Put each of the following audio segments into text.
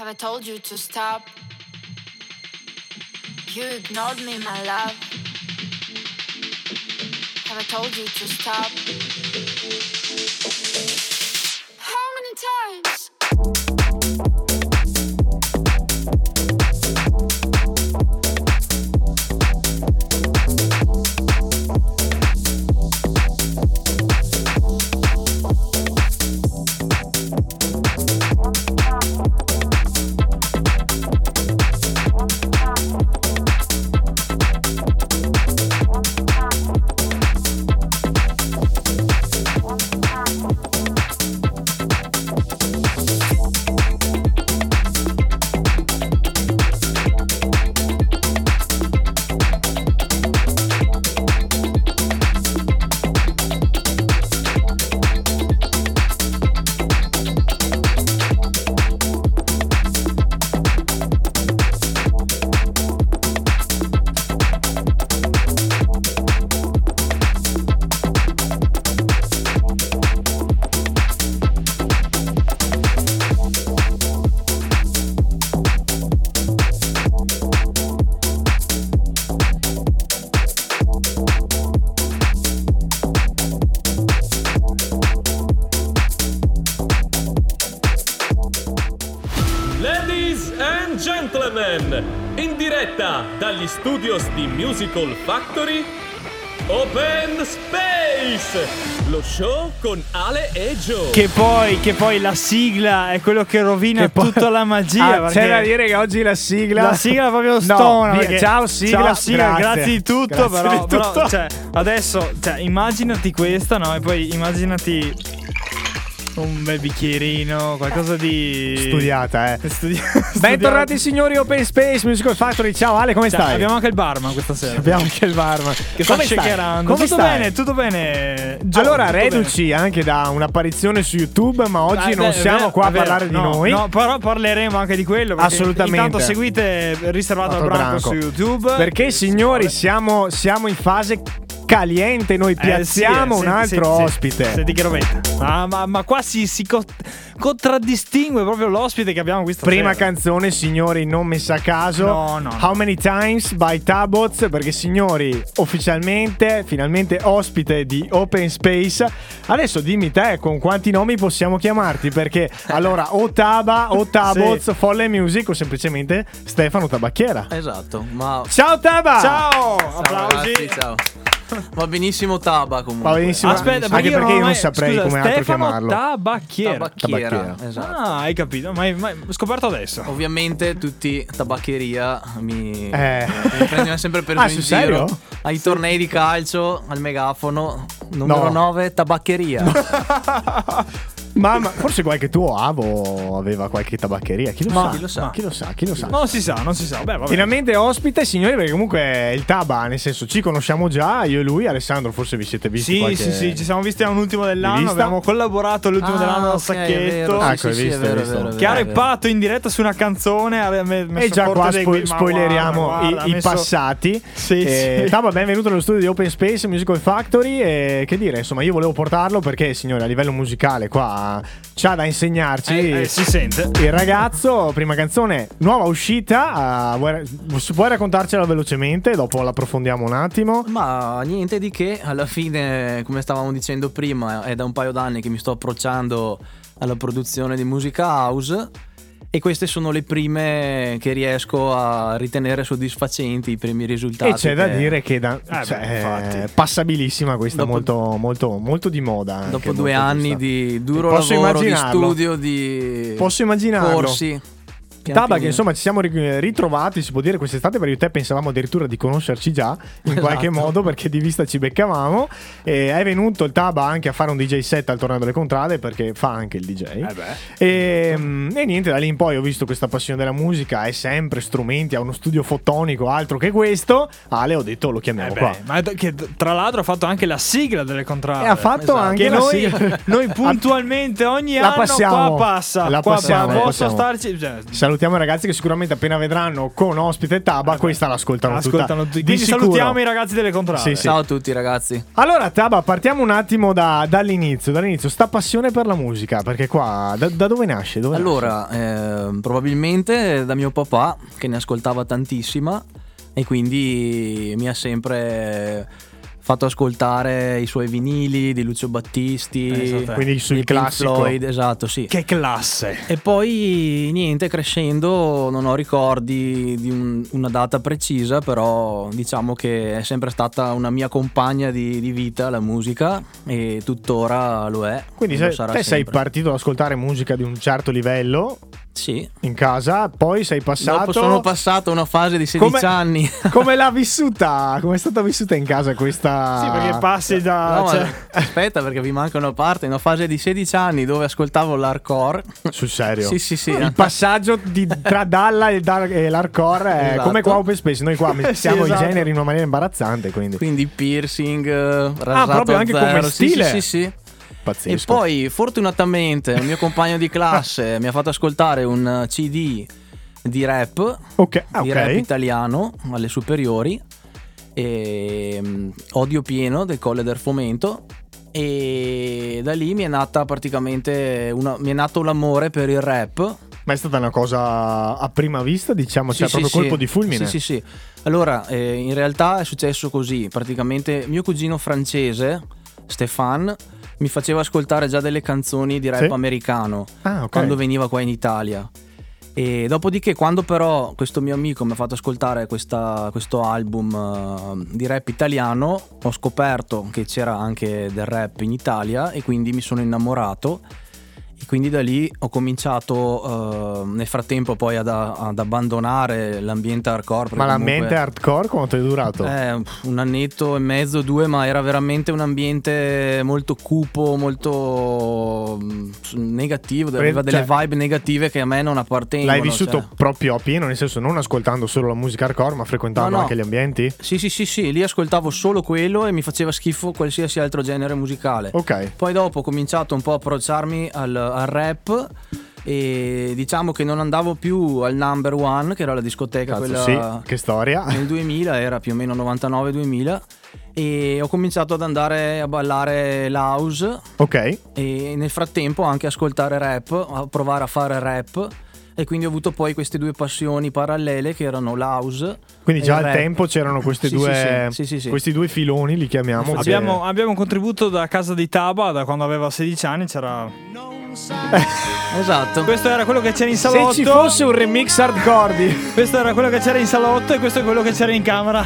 Have I told you to stop? You ignored me, my love. Have I told you to stop? How many times? In diretta dagli studios di Musical Factory, Open Space, lo show con Ale e Joe. Che poi la sigla è quello che rovina tutta la magia. C'è da dire che oggi la sigla proprio stona. No, ciao sigla, grazie di tutto. Però cioè, adesso immaginati questa, no? E poi immaginati un bel bicchierino, qualcosa di studiata, Bentornati signori Open Space Musical Factory. Ciao Ale, come stai? Abbiamo anche il barman questa sera. Abbiamo anche il barman che sta shakerando. Tutto bene. Allora, reduci anche da un'apparizione su YouTube, ma oggi non siamo qua a parlare di noi. No, però parleremo anche di quello. Assolutamente. Intanto seguite Riservato al Branco su YouTube. Perché signori siamo in fase caliente, noi piazziamo un altro ospite. Senti che robetta. Ma qua si contraddistingue proprio l'ospite che abbiamo questa prima sera. Canzone, signori, non messa a caso. No. How Many Times by Tabots, perché signori, ufficialmente, finalmente ospite di Open Space. Adesso dimmi te con quanti nomi possiamo chiamarti, perché allora o Taba o Tabots, Folle Music o semplicemente Stefano Tabacchiera. Esatto, ciao Taba! Ciao! Applausi! Ragazzi, ciao. Va benissimo Taba comunque. Va benissimo. Aspetta, anche perché io non saprei come altro chiamarlo. Tabacchiera. Esatto. Ah, hai capito, ma hai scoperto adesso. Ovviamente tutti tabaccheria mi prendono sempre per in giro. Ai tornei di calcio, al megafono, numero 9, tabaccheria. Ma forse qualche tuo avo aveva qualche tabaccheria. Chi lo sa? Non si sa. Vabbè. Finalmente ospite, signori, perché comunque il Taba, nel senso, ci conosciamo già, io e lui. Alessandro, forse vi siete visti? Sì, ci siamo visti a un ultimo dell'anno. Abbiamo collaborato all'ultimo dell'anno al Sacchetto. Ecco, hai visto. Che ha reppato in diretta su una canzone. E già qua spoileriamo i passati. Sì. Taba, benvenuto nello studio di Open Space Musical Factory. E che dire, insomma, io volevo portarlo perché, signori, a livello musicale qua c'ha da insegnarci. Si sente. Il ragazzo, prima canzone, nuova uscita. Puoi raccontarcela velocemente? Dopo l'approfondiamo un attimo. Ma niente di che, alla fine, come stavamo dicendo prima, è da un paio d'anni che mi sto approcciando alla produzione di musica house. E queste sono le prime che riesco a ritenere soddisfacenti, i primi risultati. E c'è da dire che passabilissima questa, molto, molto, molto di moda. Dopo 2 anni di duro lavoro, di studio, di corsi. Taba, che insomma ci siamo ritrovati, si può dire, quest'estate, perché io e te pensavamo addirittura di conoscerci già in qualche modo, perché di vista ci beccavamo. E è venuto il Taba anche a fare un DJ set al Torneo delle Contrade, perché fa anche il DJ. E niente, da lì in poi ho visto questa passione della musica, è sempre strumenti, ha uno studio fotonico, altro che questo. Ale, ho detto, lo chiamiamo qua. Ma che tra l'altro ha fatto anche la sigla delle Contrade. E ha fatto anche che la sigla. noi puntualmente ogni la anno passiamo, qua passa. La qua passiamo. Posso starci. Salutiamo salutiamo i ragazzi che sicuramente appena vedranno con ospite Taba questa l'ascoltano tutta. tutti. Di Quindi sicuro. salutiamo i ragazzi delle contrade. Sì, sì. Ciao a tutti ragazzi. Allora Taba, partiamo un attimo dall'inizio, sta passione per la musica, perché qua da dove nasce? Allora, probabilmente da mio papà, che ne ascoltava tantissima e quindi mi ha sempre fatto ascoltare i suoi vinili di Lucio Battisti, Esatto. Quindi sul di Pink classico. Floyd, esatto, sì. Che classe. E poi niente, crescendo non ho ricordi di una data precisa, però diciamo che è sempre stata una mia compagna di vita la musica e tuttora lo è. Quindi e lo te sarà sei sempre. partito ad ascoltare musica di un certo livello Sì. in casa, poi sei passato... Dopo sono passato una fase di 16 anni. Come l'ha vissuta? Come è stata vissuta in casa questa... Sì, perché passi da... No, ma cioè- aspetta, perché vi manca una parte. Una fase di 16 anni dove ascoltavo l'hardcore. Sul serio? Sì, sì, sì. Il passaggio tra Dalla e l'hardcore è Esatto. come qua Open Space. Noi qua mettiamo esatto. i generi in una maniera imbarazzante, Quindi piercing, rasato proprio a anche zero. come Sì, stile? Sì, sì, sì. pazzesco. E poi fortunatamente un mio compagno di classe mi ha fatto ascoltare un CD di rap, di rap italiano alle superiori, e Odio pieno del Colle del Fomento, e da lì mi è nata praticamente mi è nato l'amore per il rap. Ma è stata una cosa a prima vista, diciamo, cioè proprio colpo di fulmine? Sì, sì, sì. Allora, in realtà è successo così. Praticamente mio cugino francese, Stéphane, mi faceva ascoltare già delle canzoni di rap americano quando veniva qua in Italia. E dopodiché, quando però questo mio amico mi ha fatto ascoltare questo album di rap italiano, ho scoperto che c'era anche del rap in Italia e quindi mi sono innamorato. E quindi da lì ho cominciato nel frattempo poi ad abbandonare l'ambiente hardcore. Ma l'ambiente hardcore quanto è durato? Un annetto e mezzo, 2, ma era veramente un ambiente molto cupo, molto negativo, aveva delle vibe negative che a me non appartengono. L'hai vissuto proprio a pieno, nel senso non ascoltando solo la musica hardcore, ma frequentando anche gli ambienti? Sì, lì ascoltavo solo quello e mi faceva schifo qualsiasi altro genere musicale. Ok. Poi dopo ho cominciato un po' a approcciarmi al rap e diciamo che non andavo più al Number One, che era la discoteca. Cazzo, quella sì, che storia. Nel 2000, era più o meno 99-2000, e ho cominciato ad andare a ballare l'house. Ok. E nel frattempo anche ascoltare rap, a provare a fare rap. E quindi ho avuto poi queste due passioni parallele che erano l'house. Quindi già al rap. tempo c'erano questi questi due filoni, li chiamiamo. Abbiamo un contributo da casa di Taba, da quando aveva 16 anni c'era... Esatto. Questo era quello che c'era in salotto. Se ci fosse un remix hardcore di... Questo era quello che c'era in salotto e questo è quello che c'era in camera.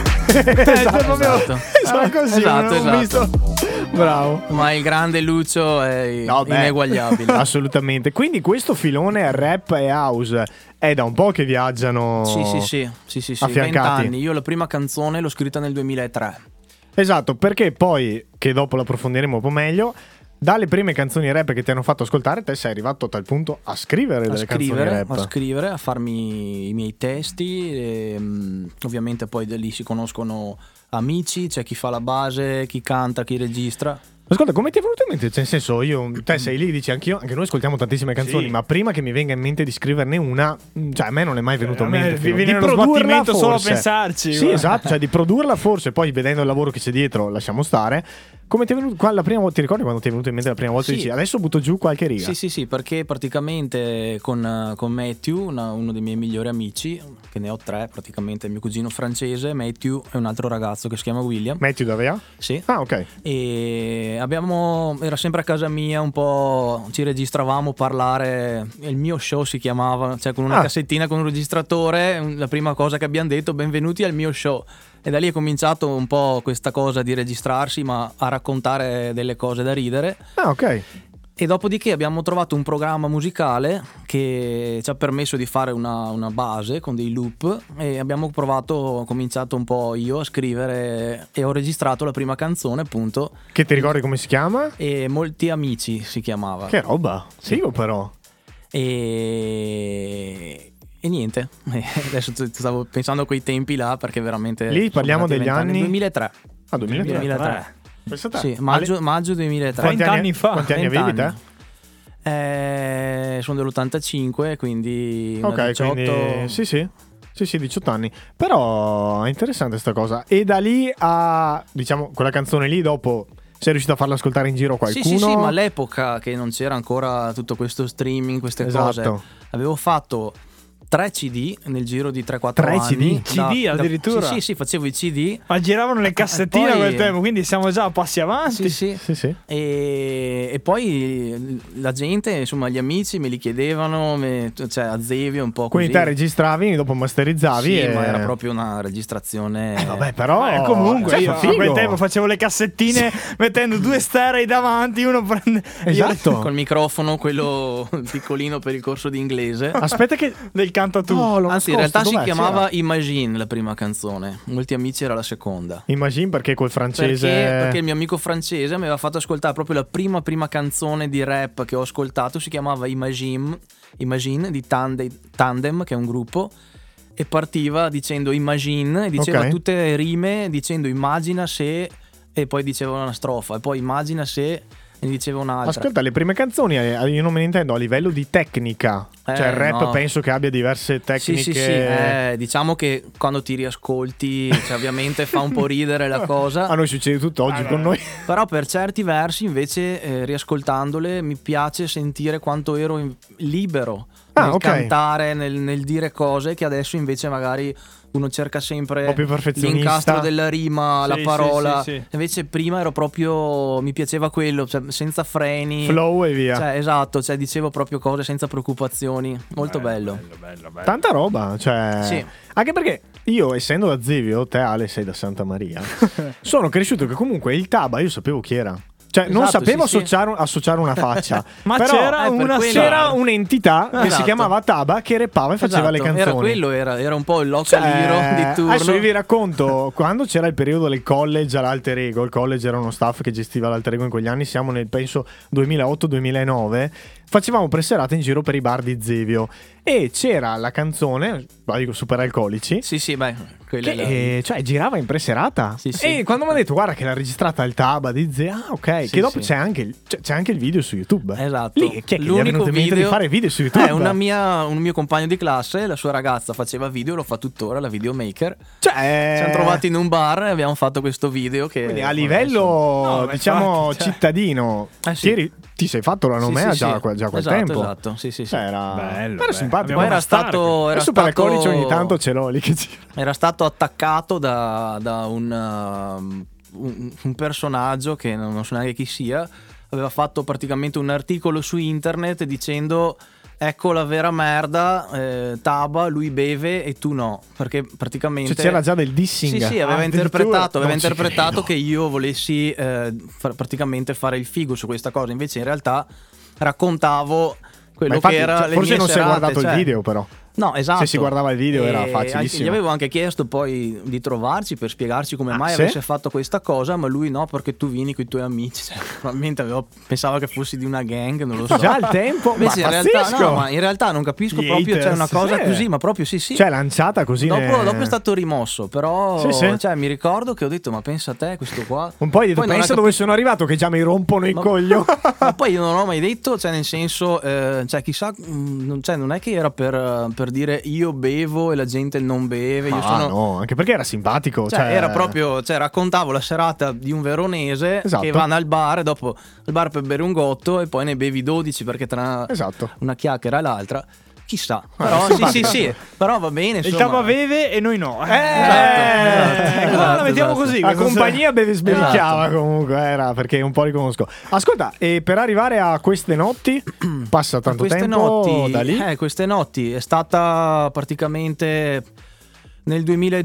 Esatto. Sono così, Esatto, non ho visto. Bravo. Ma il grande Lucio è ineguagliabile. Assolutamente. Quindi questo filone rap e house è da un po' che viaggiano Sì, affiancati. 20 anni. Io la prima canzone l'ho scritta nel 2003. Esatto, perché poi, che dopo l'approfondiremo un po' meglio, dalle prime canzoni rap che ti hanno fatto ascoltare, te sei arrivato a tal punto a scrivere delle canzoni rap. A scrivere, a farmi i miei testi e, ovviamente poi da lì si conoscono amici, c'è chi fa la base, chi canta, chi registra. Ascolta, come ti è venuto in mente? Cioè, nel senso, te sei lì, dici anche noi ascoltiamo tantissime canzoni, ma prima che mi venga in mente di scriverne una, cioè a me non è mai venuto in mente. Vi viene uno sbattimento solo a pensarci. Sì, esatto, cioè di produrla forse, poi vedendo il lavoro che c'è dietro, lasciamo stare. Come ti è venuto la prima volta? Ti ricordi quando ti è venuto in mente la prima volta? Sì. Dici, adesso butto giù qualche riga. Sì, perché praticamente con Matthew, uno dei miei migliori amici, che ne ho 3 praticamente, il mio cugino francese, Matthew, e un altro ragazzo che si chiama William. Matthew da Vea? Sì. Ah, ok. E era sempre a casa mia, un po' ci registravamo parlare, il mio show si chiamava, cioè con una cassettina con un registratore, la prima cosa che abbiamo detto, benvenuti al mio show. E da lì è cominciato un po' questa cosa di registrarsi, ma a raccontare delle cose da ridere. Ah, ok. E dopodiché abbiamo trovato un programma musicale che ci ha permesso di fare una base con dei loop, e ho cominciato un po' io a scrivere e ho registrato la prima canzone, appunto. Che ti ricordi come si chiama? E Molti amici si chiamava. Che roba, figo però. E niente, adesso stavo pensando a quei tempi là, perché veramente... Lì parliamo degli anni? 2003. Ah, 2003. Sì, maggio 2003. Quanti anni fa? Quanti anni avevi te? Sono dell'85, quindi Ok, 18. quindi sì, 18 anni. Però è interessante sta cosa. E da lì a, diciamo, quella canzone lì dopo sei riuscito a farla ascoltare in giro a qualcuno? Sì, ma all'epoca che non c'era ancora tutto questo streaming, queste cose, avevo fatto 3 CD nel giro di 3-4 anni. CD addirittura? Sì, facevo i CD. Ma giravano le cassettine a quel tempo, quindi siamo già a passi avanti. Sì. E poi la gente, insomma, gli amici me li chiedevano, cioè a Zevio un po' così. Quindi te registravi, dopo masterizzavi. Sì, ma era proprio una registrazione. Vabbè, però comunque io figo. a quel tempo facevo le cassettine mettendo 2 sterei davanti, uno prende Esatto. Col microfono, quello piccolino per il corso di inglese. Aspetta che del canta tu. Anzi, in realtà si dov'è? chiamava Imagine la prima canzone. Molti amici era la seconda. Imagine perché col francese. Perché il mio amico francese mi aveva fatto ascoltare proprio la prima canzone di rap che ho ascoltato. Si chiamava Imagine di Tandem, che è un gruppo. E partiva dicendo Imagine, e diceva tutte le rime dicendo immagina se, e poi diceva una strofa, e poi immagina se, e ne diceva un'altra. Ascolta, le prime canzoni io non me ne intendo a livello di tecnica. Cioè il rap penso che abbia diverse tecniche. Sì. Diciamo che quando ti riascolti, cioè, ovviamente fa un po' ridere la cosa. A noi succede tutto oggi con noi. Però per certi versi invece riascoltandole mi piace sentire quanto ero libero nel cantare, nel dire cose che adesso invece magari uno cerca sempre un po' più perfezionista, l'incastro della rima, la parola. Sì. Invece prima ero proprio, mi piaceva quello, cioè, senza freni, flow e via. Cioè, esatto, cioè dicevo proprio cose senza preoccupazioni. Molto bello. Tanta roba, cioè. Sì. Anche perché io, essendo da Zevio, te Ale sei da Santa Maria, sono cresciuto che comunque il Taba io sapevo chi era. Cioè, non sapevo associare una faccia. Ma però c'era un'entità che si chiamava Taba che rappava e faceva le canzoni. Era quello, era un po' il localiro di turno. Adesso vi racconto, quando c'era il periodo del college all'Alter Ego, il college era uno staff che gestiva l'Alter Ego in quegli anni, siamo nel penso 2008-2009, facevamo preserate in giro per i bar di Zevio e c'era la canzone, dico super alcolici. Sì, beh. Cioè girava in preserata. Sì. E quando mi ha detto guarda che l'ha registrata il Taba di Zevio, ok, che dopo c'è anche il video su YouTube. Esatto. Lì chi è che gli è venuto in mente di fare video su YouTube? Un mio compagno di classe, la sua ragazza faceva video, lo fa tuttora, la videomaker. Cioè, ci siamo trovati in un bar e abbiamo fatto questo video che quindi a livello cittadino ti sei fatto la nomea già a quel tempo. Esatto, sì. Era bello, era simpatico. Poi era stato super alcolici ogni tanto ce l'ho lì che gira. Era stato attaccato da un personaggio che non so neanche chi sia. Aveva fatto praticamente un articolo su internet dicendo ecco la vera merda, Taba lui beve e tu no, perché praticamente c'era già del dissing. Sì, aveva interpretato che io volessi praticamente fare il figo su questa cosa, invece in realtà raccontavo quello che era le forse mie non serate, si è guardato il video però. No, esatto. Se si guardava il video era facilissimo. Gli avevo anche chiesto poi di trovarci per spiegarci come mai avesse fatto questa cosa, ma lui no, perché tu vieni con i tuoi amici. Cioè, probabilmente pensava che fossi di una gang, non lo so. Già al tempo? Invece in realtà non capisco proprio, c'è una cosa così, ma proprio sì. Cioè lanciata così. Dopo è stato rimosso, però cioè, mi ricordo che ho detto, ma pensa a te questo qua. Un po' hai detto, pensa dove sono arrivato che già mi rompono i coglioni. Ma poi io non ho mai detto, cioè nel senso, cioè chissà, cioè, non è che era per dire io bevo e la gente non beve. No, anche perché era simpatico. Cioè, era proprio, raccontavo la serata di un veronese che vanno al bar e dopo al bar per bere un gotto e poi ne bevi 12 perché tra una chiacchiera e l'altra. Chissà, però sì, però va bene. Il Taba beve e noi no. Esatto. La mettiamo così. La compagnia beve sbericchiava comunque, era perché un po' li conosco. Ascolta, e per arrivare a queste notti passa tanto tempo da lì? Queste notti è stata praticamente nel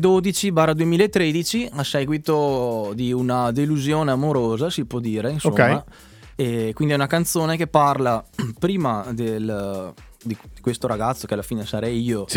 2012-2013 a seguito di una delusione amorosa, si può dire, insomma. E quindi è una canzone che parla prima di questo ragazzo che alla fine sarei io,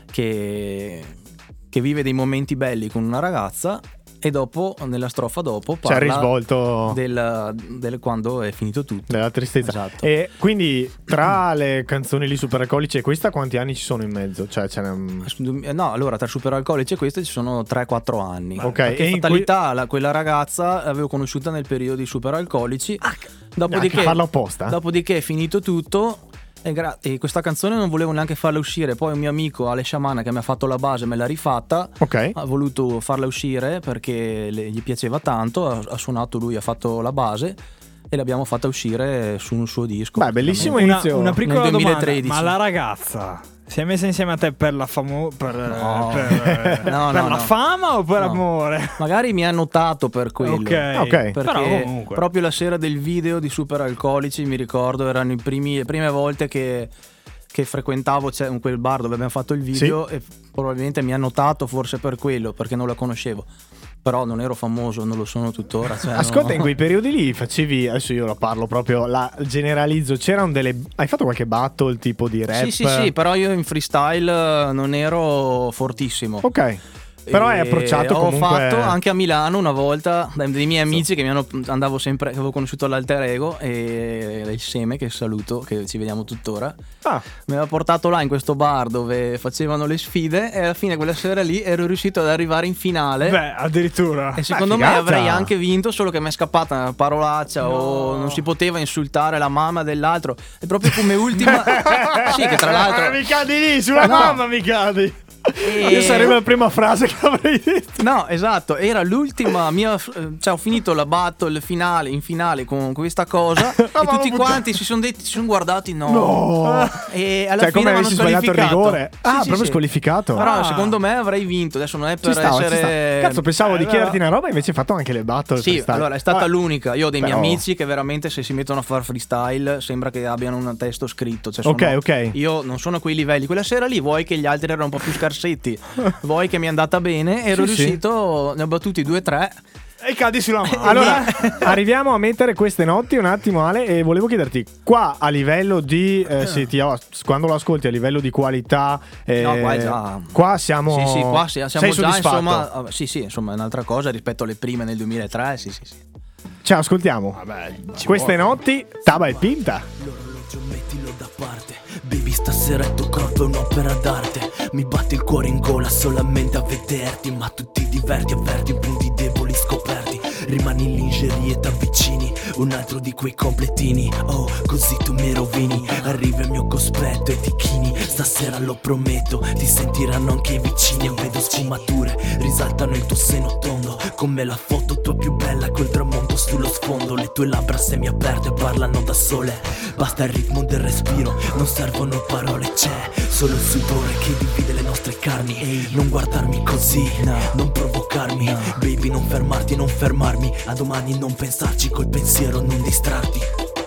che vive dei momenti belli con una ragazza e dopo nella strofa dopo parla c'è il risvolto del quando è finito tutto, della tristezza. Esatto. E quindi tra le canzoni lì super alcolici e questa quanti anni ci sono in mezzo? Cioè no, allora tra super alcolici e queste ci sono 3-4 anni. Ok. Perché fatalità quella ragazza l'avevo conosciuta nel periodo di super alcolici. Dopodiché, farlo apposta? Dopodiché è finito tutto. E questa canzone non volevo neanche farla uscire. Poi un mio amico Ale Sciamana, che mi ha fatto la base, me l'ha rifatta. Ok. Ha voluto farla uscire perché gli piaceva tanto. Ha suonato lui, ha fatto la base e l'abbiamo fatta usere su un suo disco. Beh, bellissimo Una inizio. piccola Nel domanda, 2013. ma la ragazza si è messa insieme a te per la No, la fama o per No. amore? Magari mi ha notato per quello. Ok. Perché Però comunque. proprio la sera del video di Super Alcolici, mi ricordo, erano le prime volte che frequentavo quel bar dove abbiamo fatto il video, e probabilmente mi ha notato forse per quello, perché non la conoscevo. Però non ero famoso, non lo sono tuttora. Cioè Ascolta, no. in quei periodi lì facevi, adesso io la parlo proprio, la generalizzo, hai fatto qualche battle tipo di rap? Sì, però io in freestyle non ero fortissimo. Ok. Però hai approcciato comunque. Ho fatto anche a Milano una volta dei miei amici che andavo sempre, che avevo conosciuto all'Alter Ego, e il Seme, che saluto, che ci vediamo tuttora. Mi aveva portato là in questo bar dove facevano le sfide, e alla fine quella sera lì ero riuscito ad arrivare in finale. Beh, addirittura. E secondo me figata. avrei anche vinto, solo che mi è scappata una parolaccia, o non si poteva insultare la mamma dell'altro. E proprio come ultima. Sì, che tra l'altro. Mi cadi lì, sulla mamma mi cadi. Io sarebbe la prima frase che avrei detto. No, esatto, era l'ultima mia. Cioè, ho finito la battle finale in finale con questa cosa. E tutti quanti si sono guardati. No. E alla Cioè, fine come mi hanno avessi sbagliato il squalificato. rigore. Sì, proprio sì. squalificato. Però secondo me avrei vinto. Adesso non è per Ci stava. essere. Cazzo, pensavo di chiederti una roba, invece hai fatto anche le battle. Sì, freestyle. allora è stata l'unica. Io ho dei miei Però- amici che veramente, se si mettono a fare freestyle, sembra che abbiano un testo scritto. Cioè, Ok. Io non sono a quei livelli. Quella sera lì, vuoi che gli altri erano un po' più scarsetti, vuoi che mi è andata bene, ero Sì, riuscito, ne ho battuti 2-3. E cadi sulla mano. Allora, arriviamo a mettere queste notti un attimo, Ale, e volevo chiederti, qua a livello di, quando lo ascolti a livello di qualità, No, qua è già. qua siamo, Sì, qua siamo sei già, soddisfatto? insomma. Sì, insomma, è un'altra cosa rispetto alle prime nel 2003. Sì. Cioè, ascoltiamo queste notti, Taba e Pinta. L'orologio mettilo da parte. Baby, stasera il tuo corpo è un'opera d'arte. Mi batte il cuore in gola solamente a vederti, ma tu ti diverti, avverti i punti deboli scoperti. Rimani in lingerie e t'avvicini, un altro di quei completini. Oh, così tu mi rovini. Arriva il mio cospetto e ti chini. Stasera lo prometto, ti sentiranno anche i vicini. Vedo sfumature, risaltano il tuo seno tondo, come la foto tua più bella col tramonto sullo sfondo. Le tue labbra semiaperte parlano da sole. Basta il ritmo del respiro, non servono parole, c'è solo il sudore che divide le nostre carni. Ehi, non guardarmi così, non provocarmi. Baby, non fermarti e non fermarmi. A domani non pensarci, col pensiero non distrarti.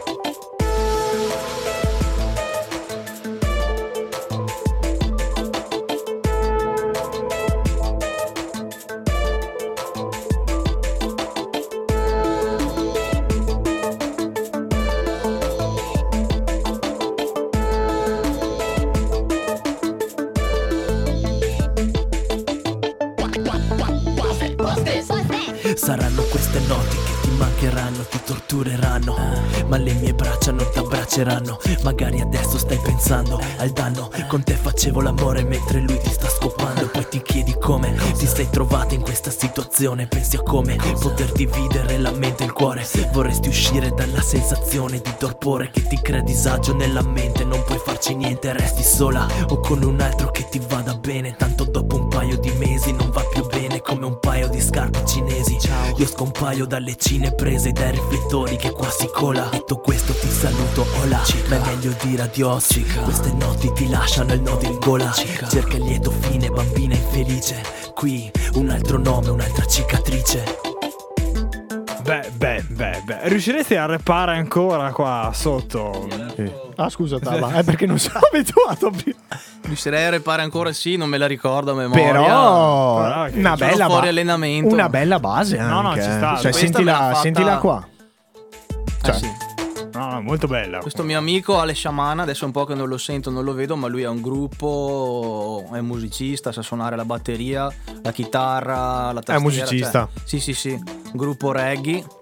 Saranno queste notti che ti mancheranno, ti tortureranno, ma le mie braccia non ti abbracceranno. Magari adesso stai pensando al danno. Con te facevo l'amore mentre lui ti sta scopando. Poi ti chiedi come ti sei trovata in questa situazione. Pensi a come poter dividere la mente e il cuore. Vorresti uscire dalla sensazione di torpore che ti crea disagio nella mente. Non puoi farci niente, resti sola o con un altro che ti vada bene. Tanto dopo un paio di mesi non va più bene, come un paio di scarpe cinesi. Io scompaio dalle cine prese dai riflettori che qua si cola. Detto questo ti saluto, hola, ma è meglio dire adios. Queste notti ti lasciano il nodo in gola. Cerca il lieto fine, bambina infelice. Qui un altro nome, un'altra cicatrice. Beh. Riusciresti a rappare ancora qua sotto? Ah, scusa, Taba, è perché non sono abituato più. Riuscirei a repare ancora, sì, non me la ricordo a memoria. Però Però una sono bella fuori allenamento. Una bella base anche. No, ci sta. Cioè, Questa me l'ha fatta- sentila qua. Cioè, Sì. No, molto bella. Questo mio amico Ale Sciamana, adesso è un po' che non lo sento, non lo vedo, ma lui ha un gruppo, è musicista, sa suonare la batteria, la chitarra, la tastiera. musicista. Cioè, sì, un gruppo reggae.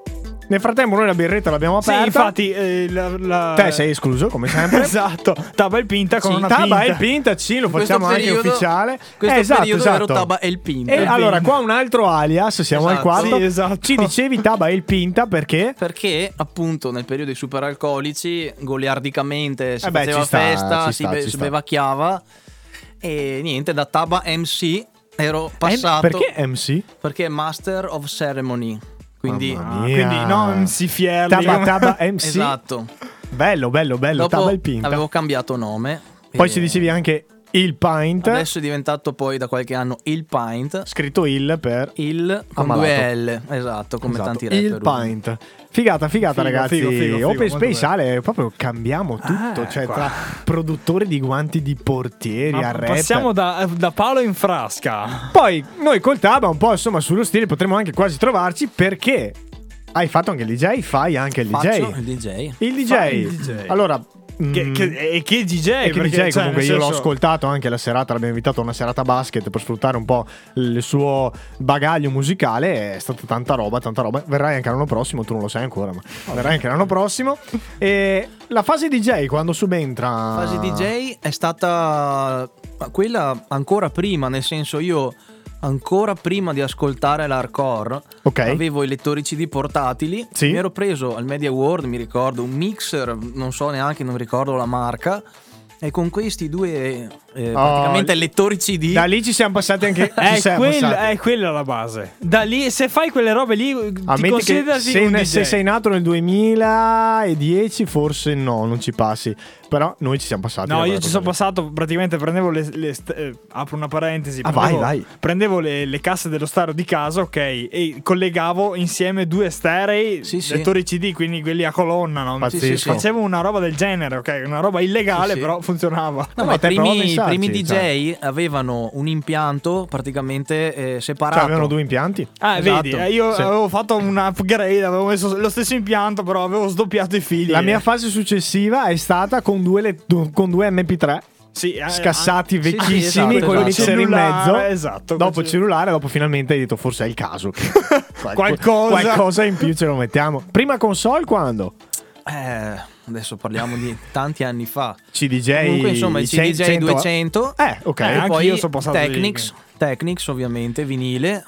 Nel frattempo noi la birretta l'abbiamo Sì, aperta. infatti Te sei escluso, come sempre. Esatto, Taba il Pinta con Sì, una Taba pinta. e il Pinta, sì, lo Questo facciamo anche periodo- ufficiale. Questo Esatto, periodo ero esatto. Taba e il Pinta. E allora, qua un altro alias, siamo al Esatto. quarto. Sì, esatto. Ci dicevi Taba e il Pinta perché? Perché appunto nel periodo dei superalcolici goliardicamente si beh, faceva ci sta, festa, ci si, sta, ci si sta. bevacchiava e niente, da Taba MC ero passato Perché MC? perché è Master of Ceremony. Quindi Mamma Ah, mia. quindi non si fierli. Taba MC. esatto. Bello, Dopo Taba e il Pinta. avevo cambiato nome. Poi e ci dicevi anche il Pint. adesso è diventato poi da qualche anno il Pint. Scritto il per Il con Ammalato. 2 L, esatto, come Esatto, tanti rapper. il Pint. Figata, Figo, ragazzi. figo, Open molto Space Ale, proprio cambiamo tutto. Cioè, qua. tra produttori di guanti di portieri Ma a rap. passiamo da palo in frasca. Poi noi col Taba, un po' insomma sullo stile, potremmo anche quasi trovarci perché hai fatto anche il DJ, fai anche il DJ. Faccio il DJ. Il DJ. Fai il DJ. Allora. Che DJ? E che perché, DJ cioè, comunque nel io l'ho senso- ascoltato anche la serata, l'abbiamo invitato a una serata basket per sfruttare un po' il suo bagaglio musicale, è stata tanta roba, verrai anche l'anno prossimo, tu non lo sai ancora, ma verrai anche l'anno prossimo. E la fase DJ quando subentra... La fase DJ è stata quella ancora prima, nel senso io ancora prima di ascoltare l'hardcore Ok. avevo i lettori CD portatili, Sì. mi ero preso al Media World, mi ricordo, un mixer, non so neanche, non ricordo la marca, e con questi due praticamente lettori CD Da lì ci siamo passati anche... ci È, siamo passati. è quella la base. Da lì, se fai quelle robe lì, ti Ammetti che considerati un DJ. se sei nato nel 2010 forse no, non ci passi. Però noi ci siamo passati. No, da io quella ci sono cosa lì. passato, praticamente prendevo apro una parentesi. Ah, prendevo, vai. Prendevo le casse dello stereo di casa, ok, e collegavo insieme due sterei, Sì, sì. lettori CD, quindi quelli a colonna, no? Pazzesco. Sì, sì. Facevo una roba del genere, ok, una roba illegale, Sì, sì. però funzionava. No, Ma ma i te prova a primi, pensarci, primi cioè. DJ avevano un impianto praticamente separato. Cioè, avevano due impianti. Ah, Esatto. vedi, io Sì. avevo fatto un upgrade, avevo messo lo stesso impianto, però avevo sdoppiato i fili. La mia fase successiva è stata con due MP3 sì, scassati sì, vecchissimi esatto, con il esatto. mixer in mezzo. Esatto. Dopo il cellulare, dopo finalmente hai detto forse è il caso. Qualcosa. in più ce lo mettiamo. Prima console quando? Adesso parliamo di tanti anni fa. CDJ. Comunque insomma il CDJ 200 Ok. e anch'io poi sono passato Technics ovviamente, vinile.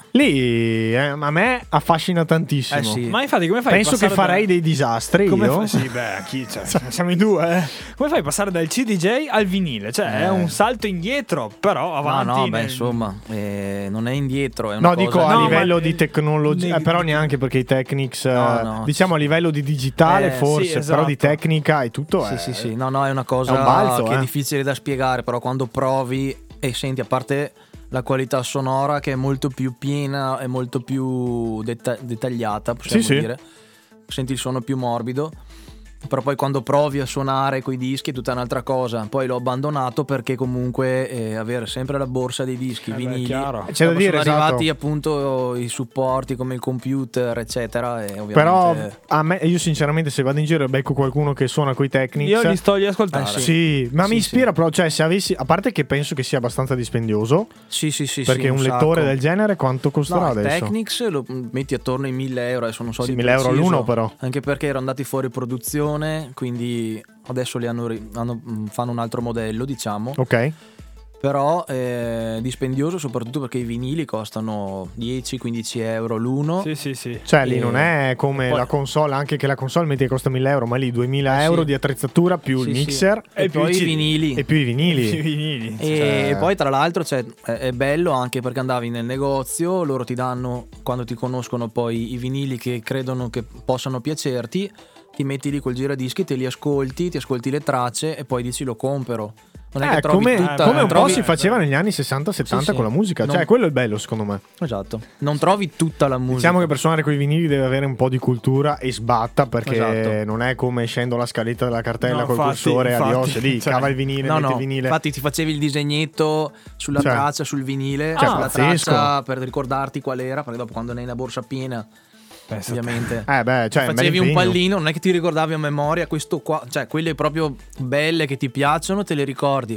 Lì a me affascina tantissimo. Sì. Ma infatti come fai? Penso che farei dei disastri io. Sì, beh, chi c'è? Siamo in due, eh. Come fai a passare dal CDJ al vinile? Cioè, è un salto indietro, però avanti. No, beh, insomma, non è indietro. È una No, cosa... dico a No, livello ma- di tecnologia, ne- però neanche perché i Technics, No. diciamo a livello di digitale Sì, forse, esatto. però di tecnica e tutto Sì, è... sì, sì. No, è una cosa è un balzo, che è eh. difficile da spiegare, però quando provi e senti, a parte la qualità sonora che è molto più piena e molto più dettagliata, possiamo Sì, sì. dire. Senti il suono più morbido. Però poi quando provi a suonare coi dischi è tutta un'altra cosa. Poi l'ho abbandonato perché comunque avere sempre la borsa dei dischi, vinili. chiaro. C'è da Dopo dire, sono esatto. arrivati appunto i supporti come il computer, eccetera. E ovviamente... Però a me, io sinceramente se vado in giro e becco qualcuno che suona coi Technics, Io li sto lì a ascoltare. sì, ma Sì, mi sì. ispira però, cioè se avessi, a parte che penso che sia abbastanza dispendioso, Sì, perché un lettore del genere quanto costerà No, adesso? Technics lo metti attorno ai 1.000 euro, adesso non so Sì, di 1.000 euro preciso, l'uno però. Anche perché erano andati fuori produzione, quindi adesso li fanno un altro modello, diciamo. Ok. Però è dispendioso soprattutto perché i vinili costano 10-15 euro l'uno. Sì, sì. Cioè lì non è come poi- la console, anche che la console metti che costa 1.000 euro, ma lì 2.000 Sì. euro di attrezzatura più Sì, il sì. mixer E più poi i i CD. vinili. e più i vinili. I vinili. E Cioè- poi tra l'altro è bello anche perché andavi nel negozio, loro ti danno, quando ti conoscono poi i vinili che credono che possano piacerti, ti metti lì col giradischi, te li ascolti, ti ascolti le tracce e poi dici lo compro. Non è che trovi come, tutta, come un po' trovi- si faceva negli anni 60-70 Sì, sì. con la musica, Non- cioè quello è il bello secondo me. Esatto. Non trovi tutta la musica. Diciamo che per suonare con i vinili deve avere un po' di cultura e sbatta perché Esatto. non è come scendo la scaletta della cartella No, col infatti, cursore adios lì, cioè, cava il vinile, No, metti no, il vinile. infatti ti facevi il disegnetto sulla Cioè. traccia, sul vinile, Cioè, sulla pazzesco. traccia per ricordarti qual era, perché dopo quando ne hai una borsa piena, ovviamente Beh, cioè, un bel facevi un impegno. pallino, non è che ti ricordavi a memoria questo qua, cioè quelle proprio belle che ti piacciono te le ricordi.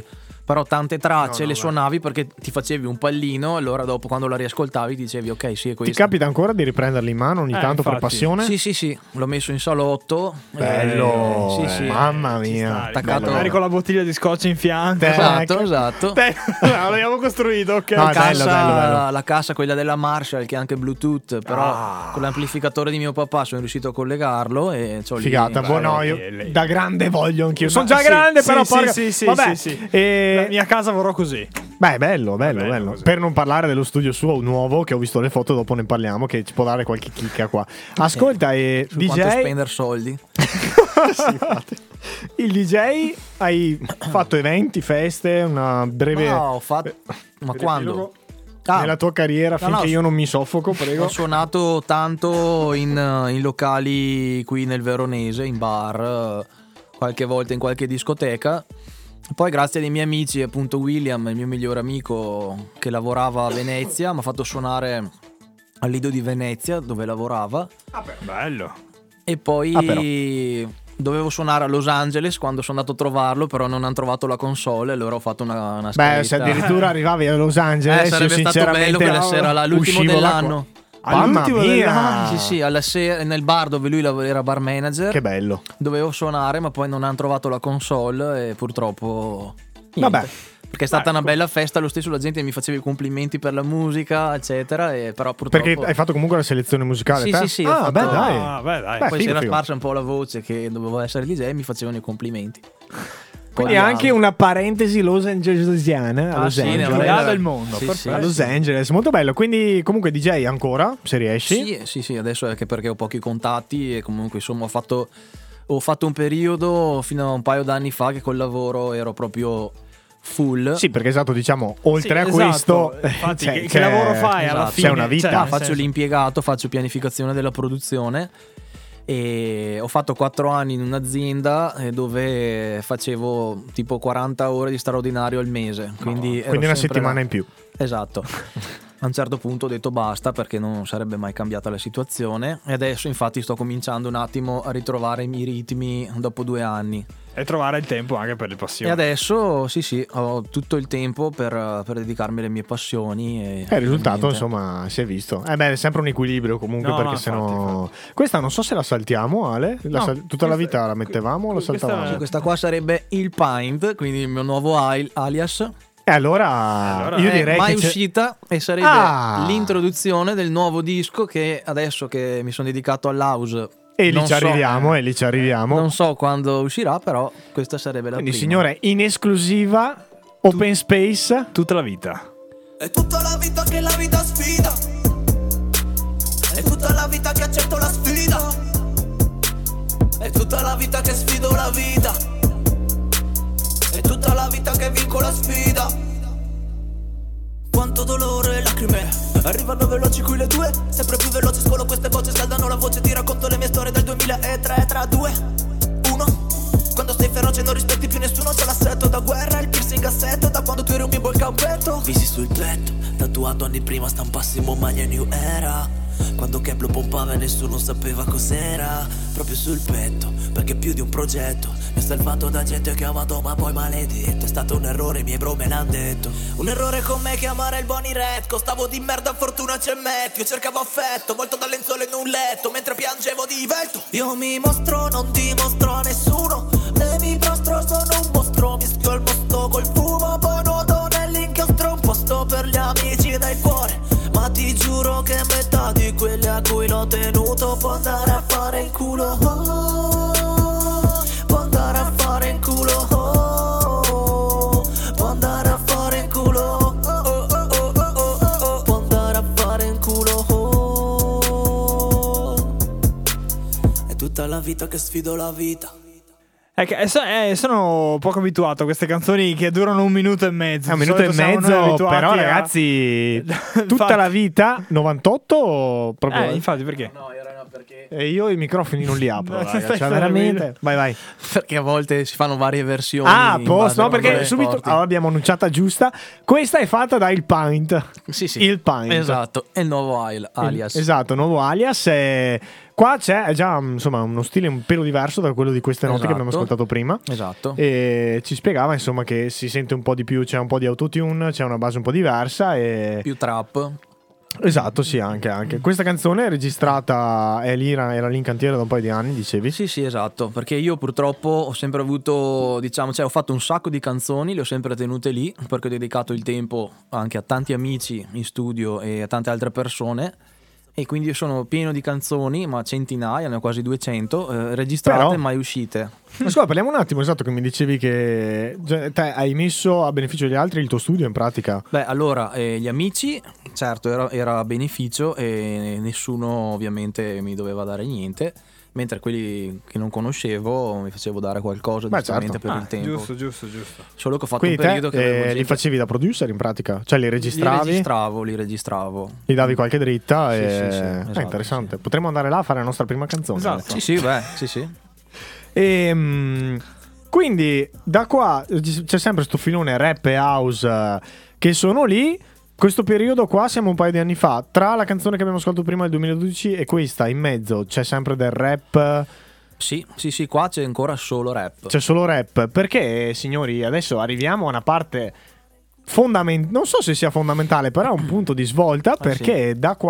Però tante tracce le suonavi perché ti facevi un pallino, allora dopo quando la riascoltavi dicevi ok, sì, è questo. Ti capita ancora di riprenderli in mano ogni tanto per infatti. passione? Sì, l'ho messo in salotto. Bello, Sì. mamma mia. Attaccato- Magari con la bottiglia di scotch in fianco. Esatto. L'abbiamo costruito, ok. No, è bello, bello. La cassa, quella della Marshall, che è anche Bluetooth, però con l'amplificatore di mio papà sono riuscito a collegarlo e c'ho lì. Figata, buono, io da grande voglio anch'io. Sono già Sì, grande, sì, però sì, porca- sì, vabbè. sì. E- La mia casa vorrò così. Beh, bello. così. Per non parlare dello studio suo nuovo, che ho visto le foto, dopo ne parliamo, che ci può dare qualche chicca qua. Ascolta, e Su quanto DJ, spendere soldi. Sì, infatti. Il DJ, hai fatto eventi, feste, una breve No, ho fatto. Ma quando? nella tua carriera, No, finché no, io non mi soffoco, prego. Ho suonato tanto in locali qui nel Veronese, in bar, qualche volta in qualche discoteca. Poi grazie ai miei amici, appunto William, il mio migliore amico che lavorava a Venezia, mi ha fatto suonare al Lido di Venezia dove lavorava. Bello. E poi dovevo suonare a Los Angeles quando sono andato a trovarlo, però non hanno trovato la console, allora ho fatto una scaletta. Beh, se addirittura arrivavi a Los Angeles, sarebbe io stato sinceramente bello quella sera là, l'ultimo uscivo là dell'anno. Mamma All'ultimo mia, dell'anno, Sì, alla sera nel bar dove lui era bar manager. che bello. Dovevo suonare, ma poi non hanno trovato la console e purtroppo niente. Vabbè. Perché è stata una bella festa, lo stesso la gente mi faceva i complimenti per la musica, eccetera, e però purtroppo Perché hai fatto comunque la selezione musicale? Sì, te? sì, ho Ah, fatto- beh, dai. Beh, dai. Beh, poi si figo, era figo. sparsa un po' la voce che dovevo essere DJ e mi facevano i complimenti. Quindi Poi anche una parentesi Los Angelesiana a Los sì, ne Angeles. avrei- Là del mondo. Sì, perfetto. A Los Angeles, molto bello. Quindi comunque DJ ancora, se riesci. Sì, adesso è anche perché ho pochi contatti e comunque insomma ho fatto un periodo fino a un paio d'anni fa che col lavoro ero proprio full. Sì, perché esatto, diciamo, oltre a Sì, questo, esatto. Infatti, cioè, che lavoro fai alla esatto. fine? C'è una vita. Cioè, nel Faccio senso- l'impiegato, faccio pianificazione della produzione e ho fatto 4 anni in un'azienda dove facevo tipo 40 ore di straordinario al mese, quindi ero quindi una sempre settimana là. in più. Esatto. A un certo punto ho detto basta perché non sarebbe mai cambiata la situazione e adesso infatti sto cominciando un attimo a ritrovare i miei ritmi dopo 2 anni. E trovare il tempo anche per le E passioni. adesso sì, ho tutto il tempo per dedicarmi alle mie passioni. E Il risultato, niente. insomma, si è visto. Beh, è sempre un equilibrio comunque, No, perché no, sennò. Questa non so se la saltiamo, Ale. Tutta la vita la mettevamo o la questa- saltavamo? Sì, questa qua sarebbe il Pint, quindi il mio nuovo alias. E allora, io È direi mai che c'è- uscita e sarebbe Ah! l'introduzione del nuovo disco che adesso che mi sono dedicato all'house. E lì non ci so- arriviamo, e lì ci arriviamo. Non so quando uscirà, però questa sarebbe la Quindi, prima. signore, in esclusiva, Open Space. Tutta la vita. È tutta la vita che la vita sfida. È tutta la vita che accetto la sfida. È tutta la vita che sfido la vita. È tutta la vita che vinco la sfida. Quanto dolore e lacrime arrivano veloci qui le due. Sempre più veloci scolo queste voci, scaldano la voce. Ti racconto le mie storie dal 2003. 3, 2, 1. Quando sei feroce non rispetti più nessuno. C'è l'assetto da guerra, il piercing assetto. Da quando tu eri un bimbo il campetto. Visi sul petto, tatuato anni prima stampassimo maglia New Era. Quando Kepler pompava e nessuno sapeva cos'era. Proprio sul petto, perché più di un progetto mi ha salvato da gente che ho amato ma poi maledetto. È stato un errore, i miei bro me l'han detto. Un errore con me chiamare il Bonnie Red. Stavo di merda, fortuna c'è Matt. Io cercavo affetto, volto dal lenzuolo in un letto mentre piangevo di velto. Io mi mostro, non dimostro a nessuno. Ne mi prostro, sono un mostro. Mischio il mosto col fumo, poi nuoto nell'inchiostro. Un posto per gli amici del cuore. Ma ti giuro che metà di quelli a cui l'ho tenuto può andare a fare in culo. Può andare a fare in culo. Può andare a fare in culo. Può andare a fare in culo. È tutta la vita che sfido la vita. È che sono poco abituato a queste canzoni che durano 1 minuto e mezzo. È un Di minuto e solito siamo noi mezzo, abituati però a- ragazzi, tutta Infatti. la vita, 98 o proprio... Infatti, perché? No, era perché E io i microfoni non li apro, No, raga, stai cioè veramente... fermo. Vai. perché a volte si fanno varie versioni. Ah, in posto, base no, a perché quando subito le porti. allora, abbiamo annunciata giusta. Questa è fatta da Il Pint. Sì. Il Pint. Esatto, è il nuovo alias. Esatto, nuovo alias. Qua c'è già insomma uno stile un pelo diverso da quello di queste note che abbiamo ascoltato prima. Esatto. E ci spiegava insomma che si sente un po' di più, c'è un po' di autotune, c'è una base un po' diversa e... Più trap. Esatto, sì, anche. Questa canzone è registrata, era lì in cantiere da un paio di anni, dicevi? Sì, esatto, perché io purtroppo ho sempre avuto, ho fatto un sacco di canzoni, le ho sempre tenute lì, perché ho dedicato il tempo anche a tanti amici in studio e a tante altre persone, e quindi io sono pieno di canzoni, ma centinaia, ne ho quasi 200, registrate Però... e mai uscite. Ma scusa, parliamo un attimo, esatto, che mi dicevi che te hai messo a beneficio degli altri il tuo studio in pratica. Beh, allora, gli amici, certo, era a beneficio e nessuno ovviamente mi doveva dare niente, mentre quelli che non conoscevo mi facevo dare qualcosa giustamente per il tempo. Giusto. Solo che ho fatto Quindi un periodo te che avevo li gente... facevi da producer in pratica? Cioè li registravi? Li registravo. Gli davi qualche dritta Sì, e... sì, esatto, interessante. Potremmo andare là a fare la nostra prima canzone. Esatto. Sì. Quindi da qua c'è sempre sto filone rap e house che sono lì. Questo periodo qua siamo un paio di anni fa. Tra la canzone che abbiamo ascoltato prima del 2012 e questa in mezzo c'è sempre del rap. Sì, qua c'è ancora solo rap. C'è solo rap. Perché, signori, adesso arriviamo a una parte non so se sia fondamentale, però è un punto di svolta, perché sì. da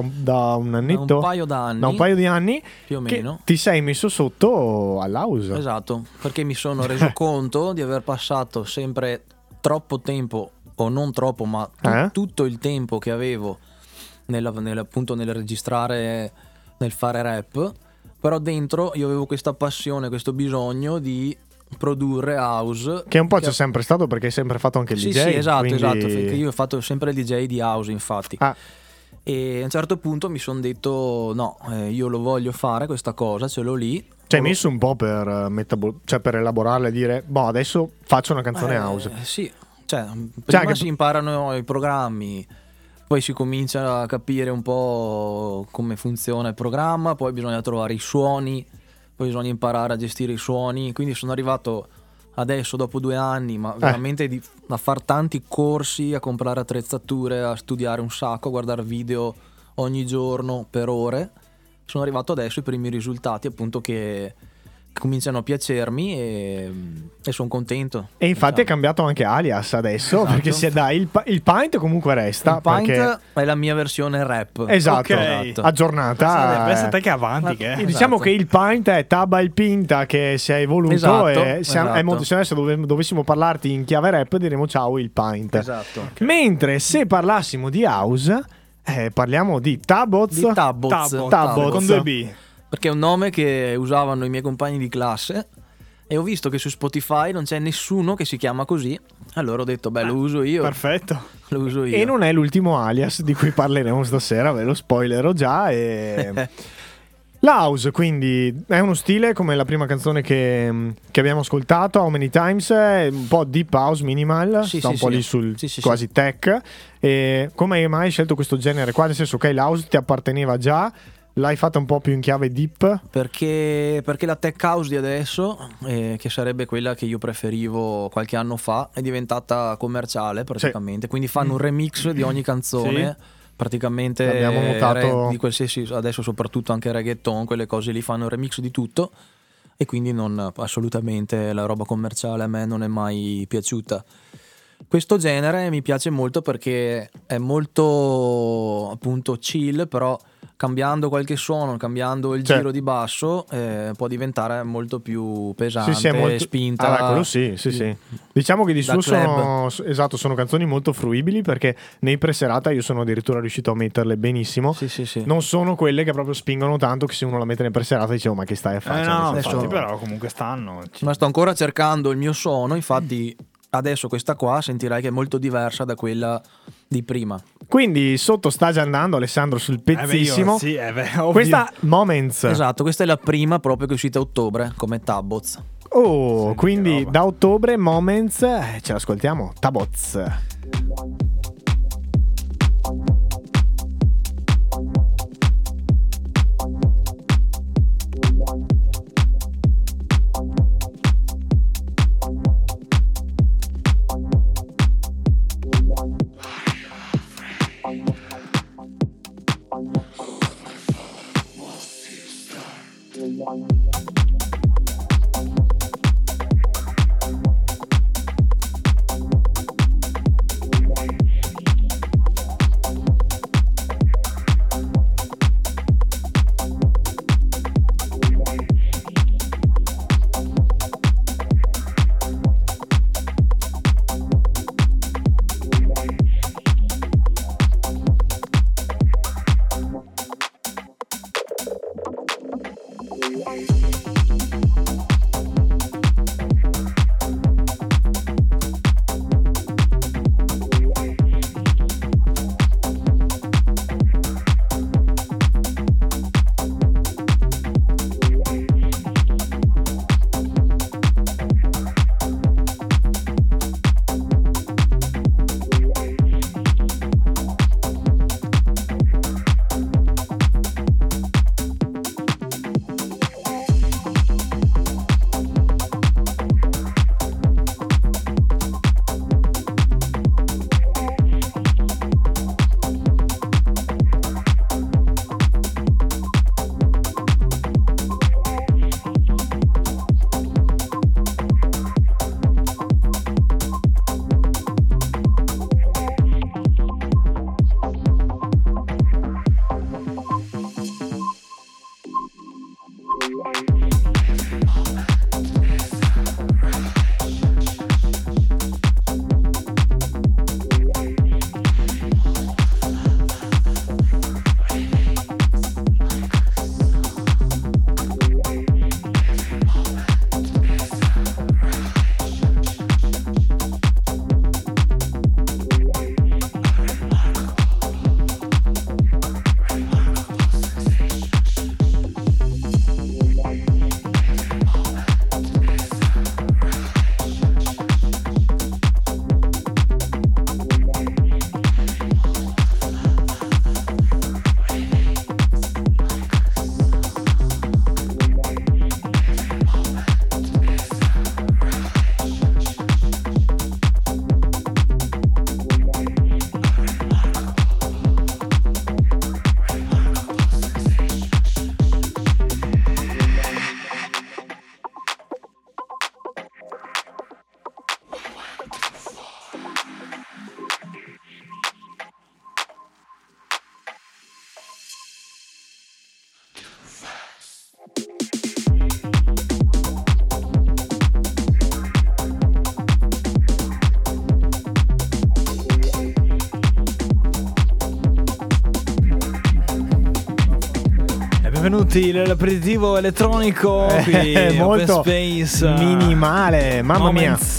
un annetto, da un paio di anni più o che meno ti sei messo sotto all'house. esatto, perché mi sono reso conto di aver passato sempre troppo tempo, o non troppo, ma tutto il tempo che avevo appunto nel registrare, nel fare rap, però dentro io avevo questa passione, questo bisogno di produrre house, che un po' c'è sempre stato, perché hai sempre fatto anche il DJ. Sì, esatto, quindi... perché io ho fatto sempre il DJ di house, infatti. E a un certo punto mi sono detto no, io lo voglio fare questa cosa, ce l'ho lì. Ci hai messo un po' per per elaborarla e dire boh, adesso faccio una canzone house. Sì, prima si imparano i programmi, poi si comincia a capire un po' come funziona il programma, poi bisogna trovare i suoni, poi bisogna imparare a gestire i suoni, quindi sono arrivato adesso dopo 2 anni, ma veramente a far tanti corsi, a comprare attrezzature, a studiare un sacco, a guardare video ogni giorno per ore. Sono arrivato adesso ai primi risultati, appunto, che cominciano a piacermi e sono contento. E infatti è cambiato anche alias adesso, esatto. Perché il Pint comunque resta. Il Pint perché... è la mia versione rap. Esatto, Okay. aggiornata. Pensa te che avanti che è. Diciamo che il Pint è Tabba il Pinta che si è evoluto, esatto, se adesso dovessimo parlarti in chiave rap diremo ciao il Pint. Esatto. Mentre se parlassimo di house parliamo di Taboz. Taboz con 2 B. Perché è un nome che usavano i miei compagni di classe e ho visto che su Spotify non c'è nessuno che si chiama così. Allora ho detto, lo uso io. Perfetto. Lo uso io. E non è l'ultimo alias di cui parleremo stasera, ve lo spoilerò già. La house, quindi, è uno stile come la prima canzone che abbiamo ascoltato, How Many Times, è un po' deep house, minimal, sta un po' lì sul quasi tech. E come mai hai scelto questo genere qua? Nel senso che la house ti apparteneva già, l'hai fatta un po' più in chiave deep? Perché la tech house di adesso, che sarebbe quella che io preferivo qualche anno fa, è diventata commerciale praticamente. Quindi fanno un remix di ogni canzone. Sì. Praticamente abbiamo notato di qualsiasi, adesso soprattutto anche reggaeton, quelle cose lì fanno il remix di tutto, e quindi non assolutamente la roba commerciale a me non è mai piaciuta. Questo genere mi piace molto perché è molto appunto chill, però cambiando qualche suono, cambiando il giro di basso, può diventare molto più pesante, molto... spinta. Quello sì. Diciamo che di suo sono canzoni molto fruibili, perché nei preserata io sono addirittura riuscito a metterle benissimo. Sì. Non sono quelle che proprio spingono tanto, che se uno la mette nei preserata dicevo ma che stai a fare? No, infatti, però comunque stanno. Ma sto ancora cercando il mio suono, infatti adesso questa qua sentirai che è molto diversa da quella di prima. Quindi sotto sta già andando Alessandro sul pezzissimo. Questa Moments. Esatto, questa è la prima proprio che è uscita a ottobre come Taboz. Oh, quindi da ottobre Moments, ce l'ascoltiamo. Taboz. benvenuti nell'aperitivo elettronico qui molto Open Space minimale, mamma Moments,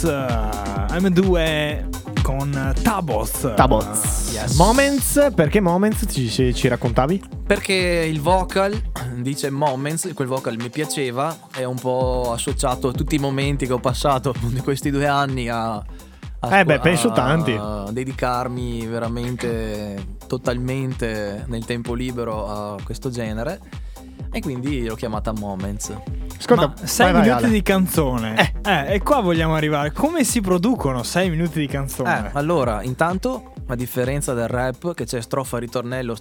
M2 con Taboz. Yes. Moments, perché Moments ci raccontavi? Perché il vocal dice Moments, quel vocal mi piaceva, è un po' associato a tutti i momenti che ho passato di questi 2 anni penso tanti. a dedicarmi veramente totalmente nel tempo libero a questo genere, e quindi l'ho chiamata Moments. Ascolta, Ma 6 vai, minuti Ale. di canzone. E qua vogliamo arrivare. Come si producono 6 minuti di canzone? Allora, intanto, a differenza del rap, che c'è strofa ritornello,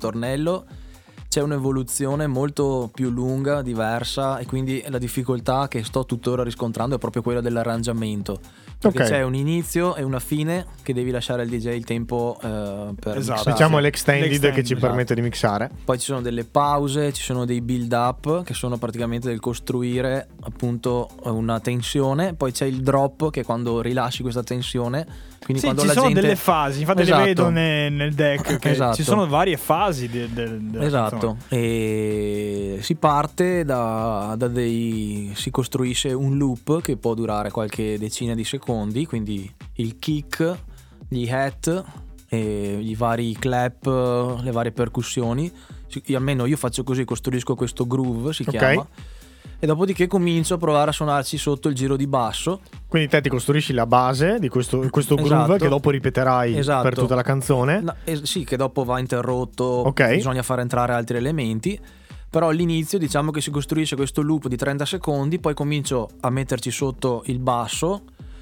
c'è un'evoluzione molto più lunga, diversa, e quindi la difficoltà che sto tuttora riscontrando è proprio quella dell'arrangiamento. Perché Ok. c'è un inizio e una fine che devi lasciare al DJ il tempo per Esatto. mixare. Diciamo l'extended che ci L'extended, permette di mixare. Poi ci sono delle pause, ci sono dei build up che sono praticamente del costruire appunto una tensione. Poi c'è il drop, che è quando rilasci questa tensione. Quindi Sì, quando ci la sono gente... delle fasi, infatti Esatto. le vedo nel deck che Esatto. ci sono varie fasi della Esatto, canzone. e si parte si costruisce un loop che può durare qualche decina di secondi, quindi il kick, gli hat, e i vari clap, le varie percussioni. Almeno io faccio così, costruisco questo groove, si Ok. chiama, e dopodiché comincio a provare a suonarci sotto il giro di basso. Quindi te ti costruisci la base di questo groove Esatto. che dopo ripeterai Esatto. per tutta la canzone. No, sì, che dopo va interrotto, Ok. bisogna far entrare altri elementi. Però all'inizio diciamo che si costruisce questo loop di 30 secondi, poi comincio a metterci sotto il basso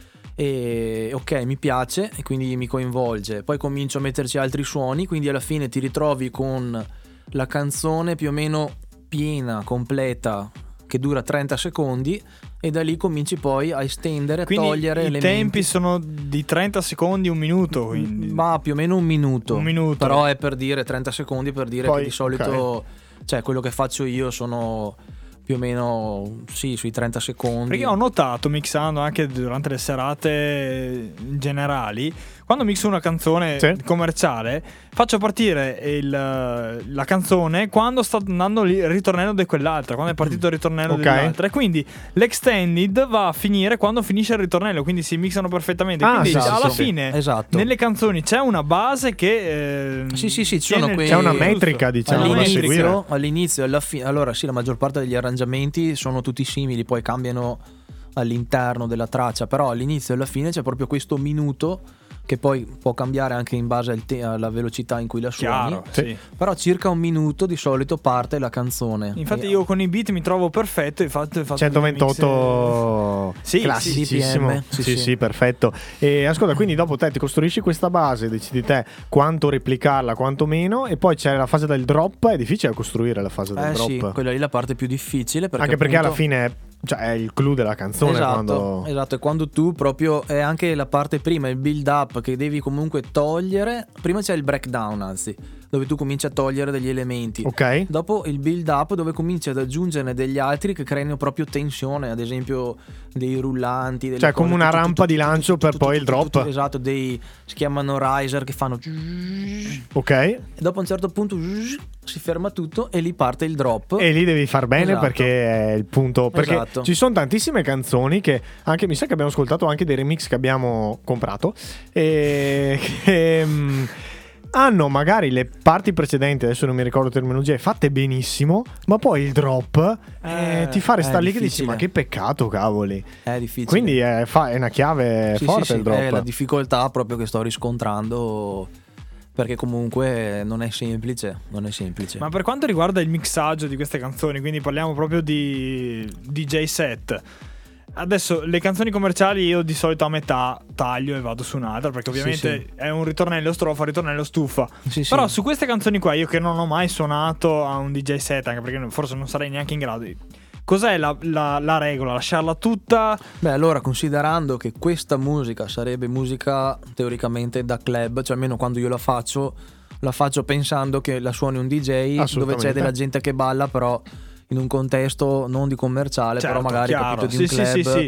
e ok, mi piace e quindi mi coinvolge. Poi comincio a metterci altri suoni, quindi alla fine ti ritrovi con la canzone più o meno piena, completa, che dura 30 secondi, e da lì cominci poi a estendere, a Quindi togliere i elementi. tempi sono di 30 secondi, un minuto, quindi. Ma più o meno un minuto. Un minuto. Però è per dire 30 secondi, per dire Poi, che di solito, cioè quello che faccio io sono più o meno sì, sui 30 secondi. Perché ho notato, mixando anche durante le serate generali, quando mixo una canzone Sì. commerciale, faccio partire la canzone quando sta andando il ritornello di quell'altra, quando è partito il ritornello Ok. dell'altra, e quindi l'extended va a finire quando finisce il ritornello, quindi si mixano perfettamente. Ah, Quindi sì, alla sì, sì. fine Esatto. nelle canzoni c'è una base che Sì, ci tiene sono il quei- C'è una giusto. metrica, diciamo, Una da metrica. seguire. All'inizio e alla fine. Allora sì, la maggior parte degli arrangiamenti sono tutti simili, poi cambiano all'interno della traccia, però all'inizio e alla fine c'è proprio questo minuto, che poi può cambiare anche in base alla velocità in cui la suoni. Chiaro, sì. Però circa un minuto di solito parte la canzone. Infatti E- io con i beat mi trovo perfetto, infatti ho fatto 128 Sì, classicissimo. BPM, Sì, sì. perfetto. E ascolta, quindi dopo te ti costruisci questa base, decidi te quanto replicarla, quanto meno, e poi c'è la fase del drop. È difficile costruire la fase del drop. sì, quella lì è la parte più difficile, Anche perché alla appunto- fine è il clou della canzone. Esatto, esatto, e quando tu proprio è anche la parte prima, il build up, che devi comunque togliere. Prima c'è il breakdown, anzi, dove tu cominci a togliere degli elementi. Ok. Dopo il build up, dove cominci ad aggiungerne degli altri che creano proprio tensione, ad esempio dei rullanti, delle Cioè, come cose, una rampa di lancio per poi il drop. Esatto, si chiamano riser, che fanno Ok. e dopo a un certo punto si ferma tutto e lì parte il drop. E lì devi far bene, Esatto. perché è il punto. Perché Esatto. ci sono tantissime canzoni che anche mi sa che abbiamo ascoltato anche dei remix che abbiamo comprato. E che hanno magari le parti precedenti, adesso non mi ricordo terminologie, fatte benissimo, ma poi il drop ti fa restare lì che dici: difficile. ma che peccato, cavoli. È difficile. Quindi è una chiave Sì, forte sì, il sì, drop. è la difficoltà proprio che sto riscontrando, perché comunque non è semplice. Ma per quanto riguarda il mixaggio di queste canzoni, quindi parliamo proprio di DJ set. Adesso le canzoni commerciali io di solito a metà taglio e vado su un'altra, perché ovviamente sì. è un ritornello strofa, ritornello stufa. Sì, sì. Però su queste canzoni qua, io che non ho mai suonato a un DJ set, anche perché forse non sarei neanche in grado di... Cos'è la regola? Lasciarla tutta? Beh, allora, considerando che questa musica sarebbe musica teoricamente da club, cioè almeno quando io la faccio pensando che la suoni un DJ dove Assolutamente. c'è della gente che balla, però in un contesto non di commerciale, Certo, però magari chiaro. capito di un Sì, club. sì, sì, sì.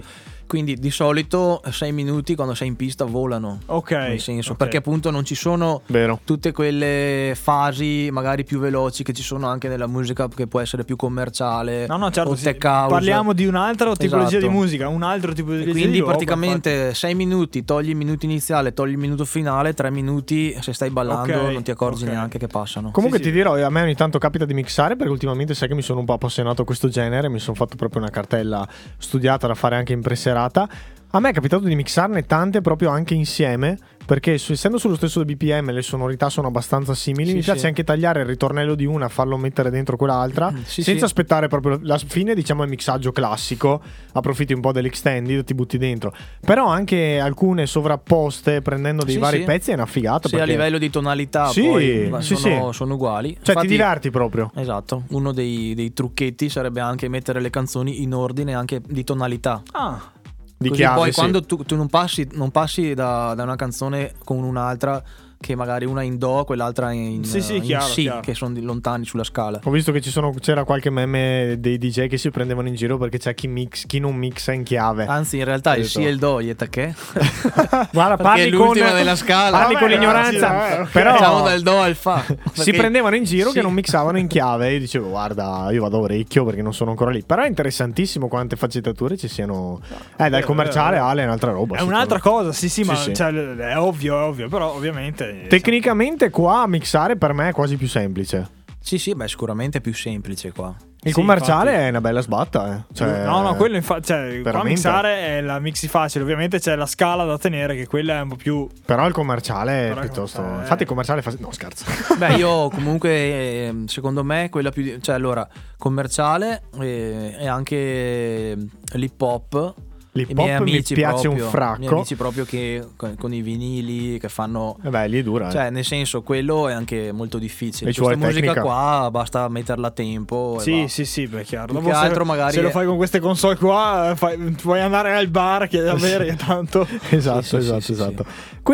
Quindi di solito 6 minuti quando sei in pista volano. Ok. Nel senso, ok. perché appunto non ci sono Vero. tutte quelle fasi magari più veloci che ci sono anche nella musica, che può essere più commerciale. No, certo, o sì. tech house. Parliamo di un'altra tipologia Esatto. di musica, un altro tipo di E musica. quindi di luogo, praticamente infatti. 6 minuti, togli il minuto iniziale, togli il minuto finale, 3 minuti, se stai ballando Ok, non ti accorgi ok. neanche che passano. Comunque Sì, ti sì. dirò, a me ogni tanto capita di mixare perché ultimamente sai che mi sono un po' appassionato a questo genere, mi sono fatto proprio una cartella studiata da fare anche in preserata. A me è capitato di mixarne tante proprio anche insieme, perché essendo sullo stesso BPM le sonorità sono abbastanza simili, Sì, mi piace sì. anche tagliare il ritornello di una, farlo mettere dentro quell'altra, Sì, senza sì. aspettare proprio la fine, diciamo il mixaggio classico, approfitti un po' dell'extended, ti butti dentro. Però anche alcune sovrapposte prendendo dei Sì, vari sì. pezzi è una figata. Sì, a perché- livello di tonalità Sì, poi sì, sono uguali. Cioè Infatti, ti diverti proprio. esatto, uno dei trucchetti sarebbe anche mettere le canzoni in ordine anche di tonalità. Ah, Di Così chiave, poi sì. quando tu non passi da una canzone con un'altra, che magari una in do, quell'altra in, Sì, sì, in chiaro, si, chiaro. che sono lontani sulla scala. Ho visto che c'era qualche meme dei DJ che si prendevano in giro perché c'è chi non mixa in chiave. Anzi, in realtà il Detto. si e il do, yeta che? Guarda, Perché parli è con l'ultima della scala. Parli con Vabbè, l'ignoranza. ragazzi, ok. Però Facciamo dal do al fa. si Perché- prendevano in giro sì. che non mixavano in chiave. E io dicevo, guarda, io vado a orecchio perché non sono ancora lì. Però è interessantissimo quante faccettature ci siano. Dal commerciale Ale è un'altra roba. è un'altra cosa, sì, ma Sì. cioè, è ovvio, però ovviamente. Tecnicamente qua mixare per me è quasi più semplice. Sì, beh, sicuramente è più semplice qua. Il Sì, commerciale infatti. è una bella sbatta. Cioè, No, quello infatti, cioè, qua veramente. mixare è la mixi facile, ovviamente c'è la scala da tenere, che quella è un po' più. Però il commerciale è Però il piuttosto. commerciale- Infatti, il commerciale fa. No, scherzo. Beh, io comunque, secondo me, quella più. Cioè, allora, commerciale e anche l'hip hop. L'hip I miei hop mi amici piace proprio, un I fracco. miei amici proprio che con i vinili che fanno. Beh, lì è dura. Cioè, nel senso, quello è anche molto difficile. E ci Questa vuole musica tecnica. qua basta metterla a tempo. Sì, va. sì, beh, chiaro. Più Dopo che se- altro magari se lo è- fai con queste console qua, puoi andare al bar che avere che tanto. Esatto, Sì, esatto.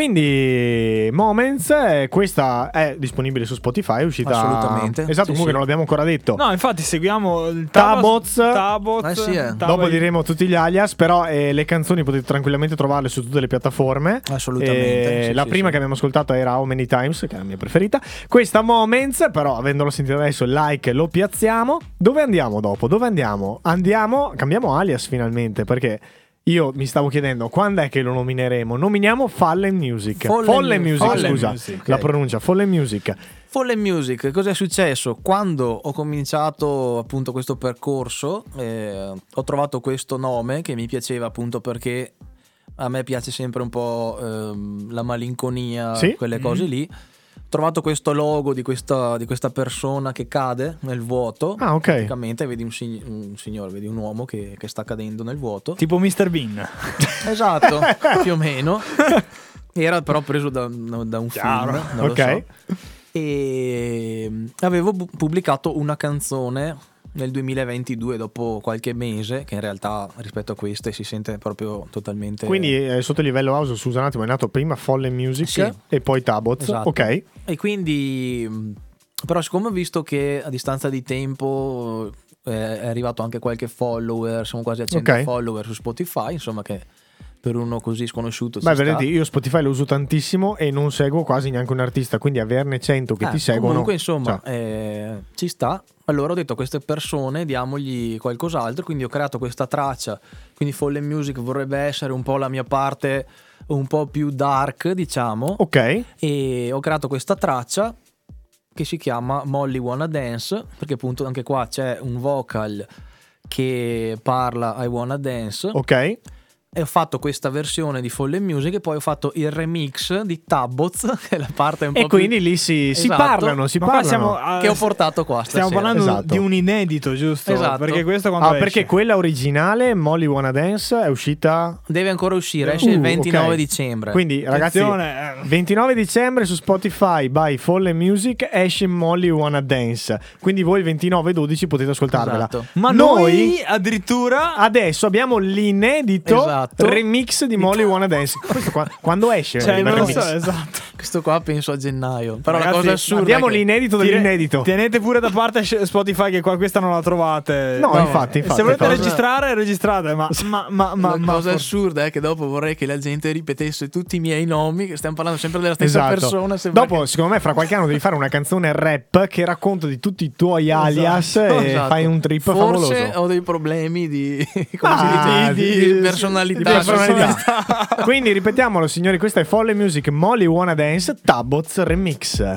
Quindi Moments, questa è disponibile su Spotify, è uscita. Assolutamente. Esatto, Sì, comunque sì. non l'abbiamo ancora detto. No, infatti seguiamo il Taboz. Taboz. Sì, Dopo diremo tutti gli alias, però le canzoni potete tranquillamente trovarle su tutte le piattaforme. Assolutamente, sì, La sì, prima sì. che abbiamo ascoltato era How Many Times, che è la mia preferita. Questa Moments, però avendolo sentito adesso, il like lo piazziamo. Dove andiamo dopo? Dove andiamo? Cambiamo alias finalmente, perché io mi stavo chiedendo quando è che lo nomineremo. Nominiamo Fallen Music. Fallen Music, Fallen scusa. Music, La ok. pronuncia Fallen Music. Fallen Music, cosa è successo? Quando ho cominciato appunto questo percorso, ho trovato questo nome che mi piaceva appunto perché a me piace sempre un po' la malinconia, Sì? quelle cose lì. Ho trovato questo logo di questa persona che cade nel vuoto. Ah, ok. Praticamente vedi un signore, vedi un uomo che sta cadendo nel vuoto. Tipo Mr. Bean. Esatto, più o meno. Era però preso da un Chiaro. film, non Ok. lo so. E avevo pubblicato una canzone nel 2022 dopo qualche mese, che in realtà rispetto a queste si sente proprio totalmente. Quindi sotto il livello house, scusa un attimo, è nato prima Fallen Music Sì. e poi Taboz. Esatto. Ok. E quindi però siccome ho visto che a distanza di tempo è arrivato anche qualche follower, siamo quasi a 100 Ok. follower su Spotify, insomma, che per uno così sconosciuto Beh, ci sta. vedete, io Spotify lo uso tantissimo e non seguo quasi neanche un artista, quindi averne 100 che ti seguono. Comunque, insomma, cioè, ci sta. Allora ho detto a queste persone diamogli qualcos'altro, quindi ho creato questa traccia. Quindi Fallen Music vorrebbe essere un po' la mia parte un po' più dark, diciamo. ok. E ho creato questa traccia che si chiama Molly Wanna Dance, perché appunto anche qua c'è un vocal che parla I Wanna Dance. Ok. E ho fatto questa versione di Fallen Music e poi ho fatto il remix di Taboz, che è la parte un po' E quindi lì si Esatto. parlano, si Ma qua parlano. siamo a- che ho portato qua Stiamo stasera. parlando Esatto. di un inedito, giusto? Esatto. Perché questo quando esce? Perché quella originale, Molly Wanna Dance, è uscita. Deve ancora uscire, esce il 29 ok. dicembre. Quindi, ragazzi, Attenzione, 29 dicembre su Spotify by Fallen Music esce Molly Wanna Dance. Quindi voi il 29-12 potete ascoltarvela. Esatto. Ma noi addirittura adesso abbiamo l'inedito Esatto. Esatto. Remix di Molly Wanna Dance. Questo quando esce? Cioè, il non lo remix? so, esatto. Questo qua penso a gennaio. Però Ragazzi, la cosa assurda Abbiamo è che l'inedito dell'inedito. Tenete pure da parte Spotify che questa non la trovate. No, infatti. Se volete cosa- registrare, registrate, ma la cosa assurda è che dopo vorrei che la gente ripetesse tutti i miei nomi, che stiamo parlando sempre della stessa Esatto. persona. sembra Dopo, secondo me, fra qualche anno devi fare una canzone rap che racconta di tutti i tuoi alias e Esatto. fai un trip Forse favoloso. ho dei problemi di, come Ah, si dice, di di personalità. di personalità. Quindi ripetiamolo, signori, questa è Folle Music, Molly Wanna Dance, Tabots Remix.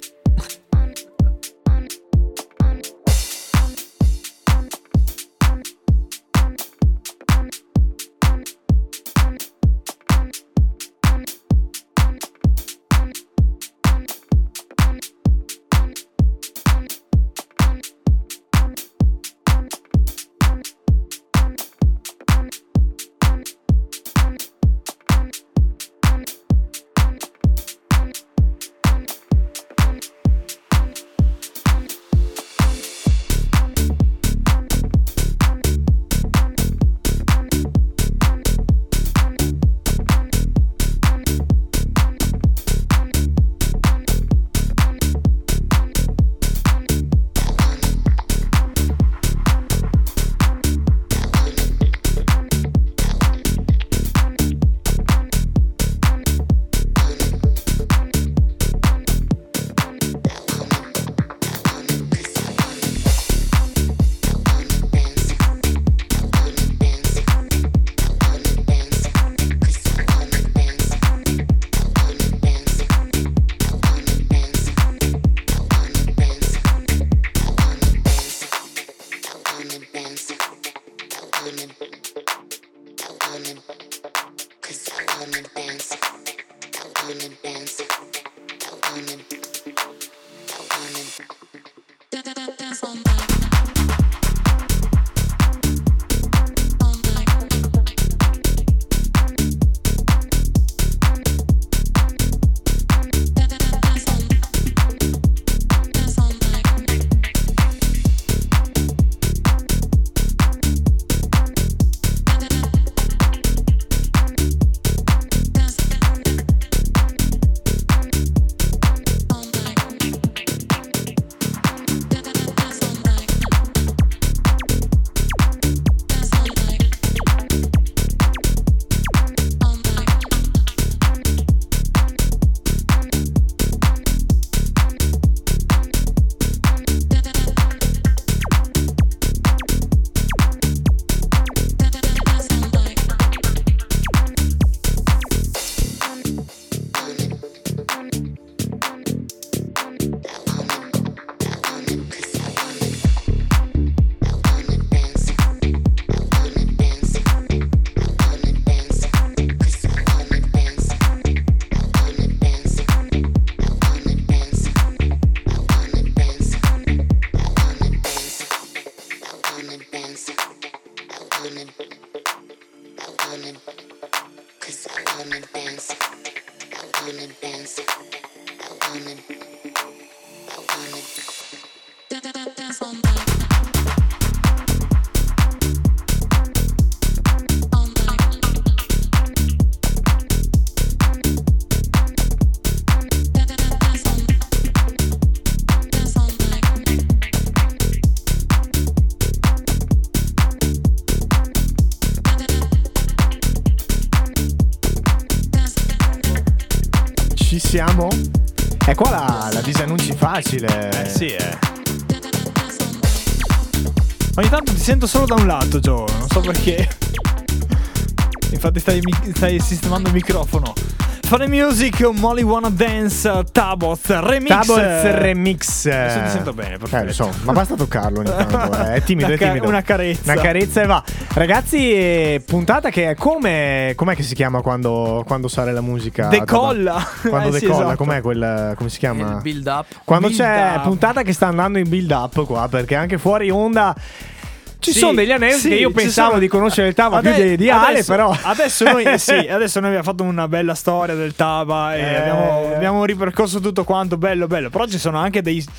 Ci siamo? E qua la disannunci facile. Sì, Ogni tanto ti sento solo da un lato, Gio, non so perché. Infatti stai sistemando il microfono. Fare music, Molly Wanna Dance, Tabots Remix. Tabots Remix. Adesso ti sento bene, perfetto. Lo so, ma basta toccarlo ogni tanto. È timido, è timido. Una carezza. Una carezza e va. Ragazzi, puntata che è com'è che si chiama quando sale la musica? Decolla. Quando Sì, decolla, esatto. com'è quel, come si chiama? Il build up. Quando Build c'è up. puntata che sta andando in build up qua, perché anche fuori onda ci Sì, sono degli aneddoti sì, che io ci pensavo sono- di conoscere il Taba più di Ale, adesso- però adesso noi abbiamo fatto una bella storia del Taba e abbiamo ripercorso tutto quanto bello. Però ci sono anche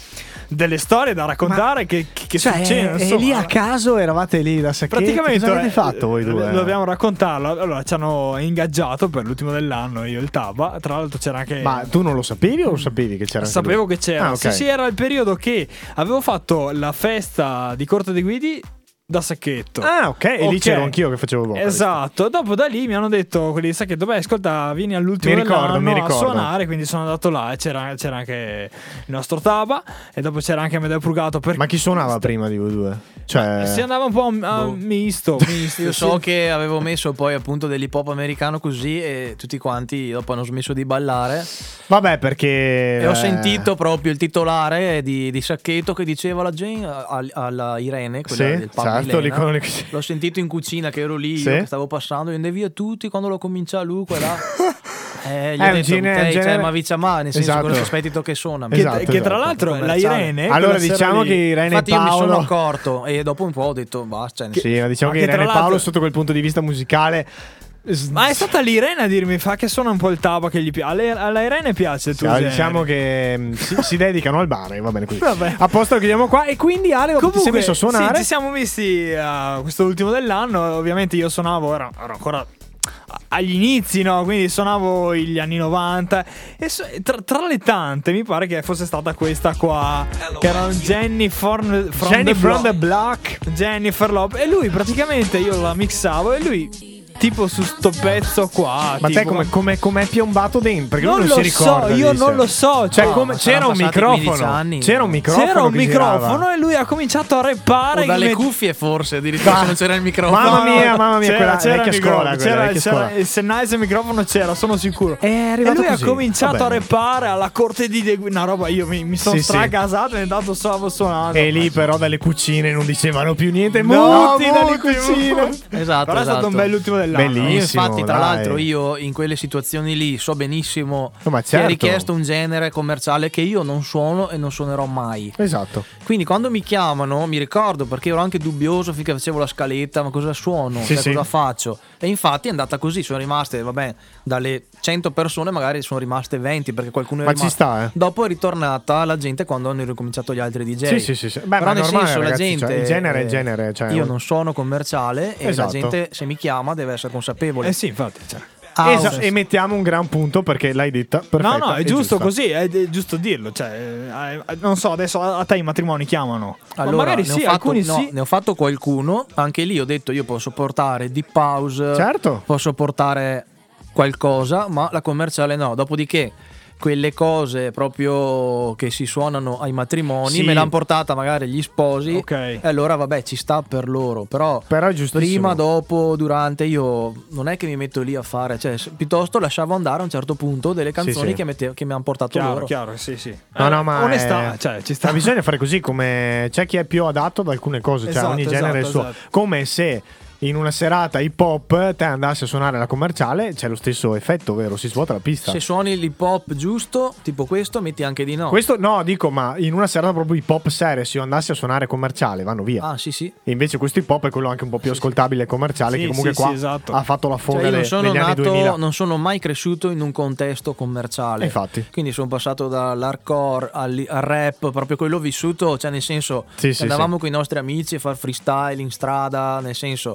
delle storie da raccontare che Cioè, succedono. e insomma. lì a caso eravate lì da Sacchetti. Praticamente cosa avete fatto voi due? Dobbiamo raccontarlo. Allora, ci hanno ingaggiato per l'ultimo dell'anno io e il Taba. Tra l'altro c'era anche. Ma tu non lo sapevi o lo sapevi che c'era? anche Sapevo lui? che c'era. Ah, ok. Sì, era il periodo che avevo fatto la festa di Corte dei Guidi da Sacchetto. Ah, ok. E lì Ok. c'ero anch'io che facevo vocalist. Esatto. Dopo da lì mi hanno detto quelli di Sacchetto: beh, ascolta, vieni all'ultimo Mi ricordo, dell'anno mi a ricordo. suonare. Quindi sono andato là e c'era anche il nostro Taba. E dopo c'era anche Medeo Purgato. Ma chi suonava prima di voi due? Cioè, Si andava un po' misto. Io so che avevo messo poi appunto dell'hip hop americano così e tutti quanti dopo hanno smesso di ballare vabbè, perché e ho sentito proprio il titolare di Sacchetto che diceva alla Jane, alla Irene, quella Sì, del pub certo, Milena. li- L'ho sentito in cucina che ero lì, Sì. io che stavo passando, io andai via tutti quando lo comincia lui quella. Gli un ho detto, genere- ok, cioè, ma vicciamà, nel senso Esatto. cosa ti aspetti tu che suona? Che, Esatto, che tra esatto. l'altro la Commerciale. Irene. Allora quella sera diciamo lì- che Irene Infatti e io mi sono Paolo accorto e dopo un po' ho detto basta, cioè, nel Sì, ma diciamo Ma che che tra Irene e Paolo l'altro- sotto quel punto di vista musicale Ma è stata l'Irene a dirmi fa che suona un po' il Taba che gli piace. Alla Irene piace il tuo genere. diciamo che si dedicano al bar e va bene così. Vabbè. A posto che chiudiamo qua. E quindi Ale dopo ti sei messo a suonare. Sì, ci siamo visti a questo ultimo dell'anno. Ovviamente io suonavo, ero ancora agli inizi, no? Quindi suonavo gli anni 90. E tra le tante, mi pare che fosse stata questa qua. Che era Jenny from the Block. Jennifer Lopez. E lui praticamente io la mixavo e lui tipo su sto pezzo qua. Ma tipo, te come è piombato dentro? Perché non lui non lo si ricorda. so, io disse. non lo so. Cioè, cioè, come, ma c'era saranno un passati 15 microfono. anni. C'era un microfono. c'era un che girava. microfono e lui ha cominciato a reppare. o dalle che cuffie forse addirittura se non c'era il microfono. Mamma mia, quella c'era vecchia il scuola, microfono, quella vecchia scuola. il Sennheiser microfono c'era, sono sicuro. È E arrivato lui così. ha cominciato Va a bene. reppare alla corte di una roba. Io mi sono Sì, sì. stragasato e intanto stavo suonando. E lì però dalle cucine non dicevano più niente. No, Muti dalle muti, cucine. muti. Esatto, Però è stato esatto. un bell'ultimo dell'anno. Bellissimo. Io infatti tra dai. l'altro io in quelle situazioni lì so benissimo No, ma che è certo. richiesto un genere commerciale che io non suono e non suonerò mai. Esatto. Quindi quando mi chiamano mi ricordo perché ero anche dubbioso finché facevo la scaletta, ma cosa suono, Sì, cioè, sì. cosa faccio? E infatti è andata così, sono rimaste, vabbè, dalle 100 persone magari sono rimaste 20 perché qualcuno è Ma rimasto. ci sta, eh. Dopo è ritornata la gente quando hanno ricominciato gli altri DJ. Sì. Beh, Però ma è nel normale, senso ragazzi, la gente cioè, il genere è il genere, cioè, io non sono commerciale e Esatto. la gente se mi chiama deve essere consapevole. Sì, infatti. Cioè. House. E mettiamo un gran punto perché l'hai detta perfetta. No, è giusto giusta. così, è giusto dirlo. Cioè, non so, adesso a te i matrimoni chiamano. Allora, ma magari ne ho sì, fatto, alcuni no, sì. ne ho fatto qualcuno. Anche lì ho detto io posso portare deep house, Certo. posso portare qualcosa, ma la commerciale no. Dopodiché quelle cose proprio che si suonano ai matrimoni Sì. me l'hanno portata magari gli sposi. Ok. E allora vabbè ci sta per loro. Però Però è giustissimo. prima, dopo, durante io non è che mi metto lì a fare, cioè piuttosto lasciavo andare a un certo punto delle canzoni sì. che mi hanno portato loro. Chiaro, sì. No, ma onestà, cioè, ci sta. Ma bisogna fare così, come c'è chi è più adatto ad alcune cose, cioè Esatto, ogni genere è il suo. esatto. Come se in una serata hip hop te andassi a suonare la commerciale, c'è lo stesso effetto, vero? Si svuota la pista. Se suoni l'hip hop giusto, tipo questo, metti anche di no. Questo no, dico, ma in una serata proprio hip hop seria, se io andassi a suonare commerciale, vanno via. Ah, sì. E invece questo hip hop è quello anche un po' più ascoltabile e commerciale, Sì, che comunque sì, qua sì, esatto. ha fatto la foga Cioè, io non sono negli anni 2000. nato, non sono mai cresciuto in un contesto commerciale. Infatti. Quindi sono passato dall'hardcore al rap, proprio quello vissuto, cioè nel senso Sì, sì, andavamo con i nostri amici a fare freestyle in strada, nel senso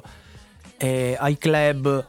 ai club.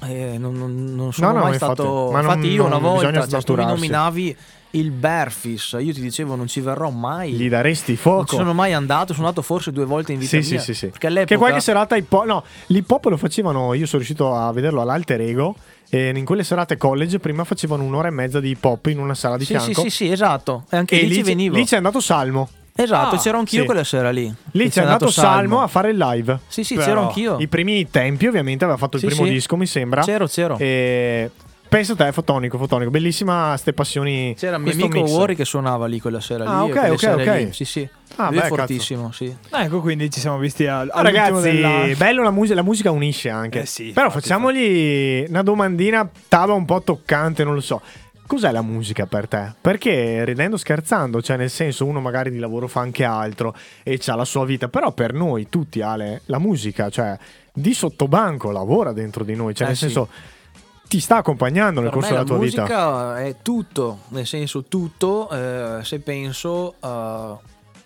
Non sono No, mai infatti. stato. Ma non- Infatti, io una non bisogna volta, cioè, tu mi snaturarsi. nominavi il Berfis, io ti dicevo non ci verrò mai. Gli daresti Non ci fuoco. sono mai andato, sono andato forse 2 volte in vita Sì, mia. sì. Perché all'epoca Che qualche serata hip hop, no, l'hip hop lo facevano, io sono riuscito a vederlo all'Alter Ego. E in quelle serate college prima facevano 1 ora e mezza di hip hop in una sala di fianco. sì, esatto. E anche E lì ci venivo. lì c'è andato Salmo. Esatto, Ah, c'ero anch'io sì. quella sera lì. Lì c'è andato Salmo a fare il live. Sì, Però c'ero anch'io. I primi tempi, ovviamente, aveva fatto il Sì, primo sì. disco, mi sembra. C'ero. E pensa a te, fotonico. Bellissima ste passioni. C'era il mio questo amico mix. Worry che suonava lì quella sera Ah, lì. ok, e quelle ok, sere ok. lì. Sì. Ah, Lui è beh, fortissimo, sì. Ecco, quindi ci siamo visti all'ultimo Ragazzi, dell'anno. bello la musica unisce anche. Sì, Però infatti, facciamogli una domandina, Tava, un po' toccante, non lo so. Cos'è la musica per te? Perché ridendo scherzando, cioè nel senso uno magari di lavoro fa anche altro e c'ha la sua vita, però per noi tutti, Ale, la musica, cioè di sottobanco lavora dentro di noi, cioè nel sì. senso ti sta accompagnando nel Per corso me della tua la vita. musica è tutto, nel senso tutto, se penso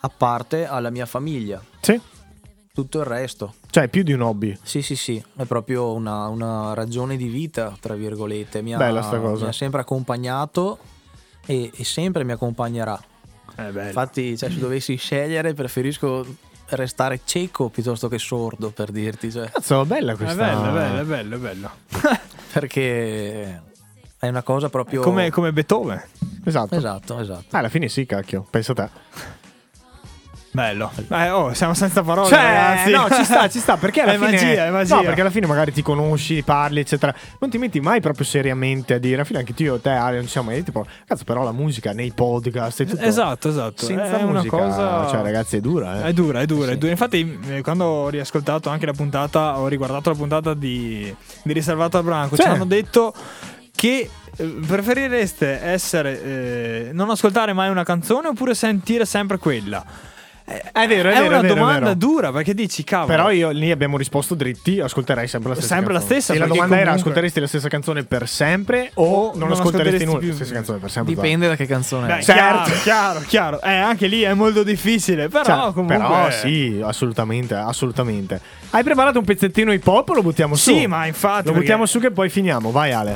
a parte alla mia famiglia. Sì. Tutto il resto. Cioè, più di un hobby. Sì, è proprio una ragione di vita, tra virgolette. Bella sta cosa. Mi ha sempre accompagnato e sempre mi accompagnerà. Bello. Infatti, cioè, se dovessi scegliere, preferisco restare cieco piuttosto che sordo, per dirti. Cioè. Cazzo, bella questa. È bello. Perché è una cosa proprio... Come Beethoven. Esatto. Alla fine sì, cacchio. Pensa a te. Bello. Siamo senza parole, Cioè, ragazzi. no, ci sta, perché alla È fine magia. No, perché alla fine magari ti conosci, parli, eccetera. Non ti metti mai proprio seriamente a dire, alla fine anche tu e te, Ale, non siamo mai tipo, cazzo, però la musica nei podcast e tutto. Esatto. Senza è musica, una cosa, cioè, ragazzi, è dura, È dura. Infatti, quando ho riascoltato anche la puntata, ho riguardato la puntata di Riservato al Branco, ci hanno detto che preferireste essere non ascoltare mai una canzone oppure sentire sempre quella. È vero, è una domanda vero. dura, perché dici cavolo. Però io lì abbiamo risposto dritti, ascolterai sempre la stessa Sempre la canzone. stessa, E la perché domanda era, comunque- ascolteresti la stessa canzone per sempre o non ascolteresti nulla? più. La stessa canzone per sempre. Dipende da che canzone Beh, è. Certo. chiaro. Anche lì è molto difficile, però Cioè, comunque. però sì, assolutamente. Hai preparato un pezzettino hip hop o lo buttiamo su? Sì, ma infatti. Lo buttiamo su che poi finiamo. Vai, Ale.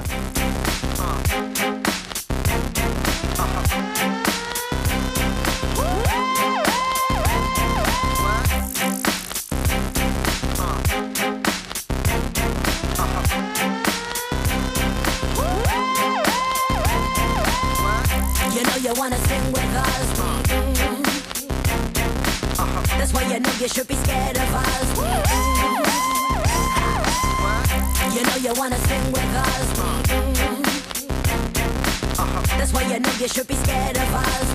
You know you wanna sing with us. That's why you know you should be scared of us. You know you wanna sing with us. That's why you know you should be scared of us.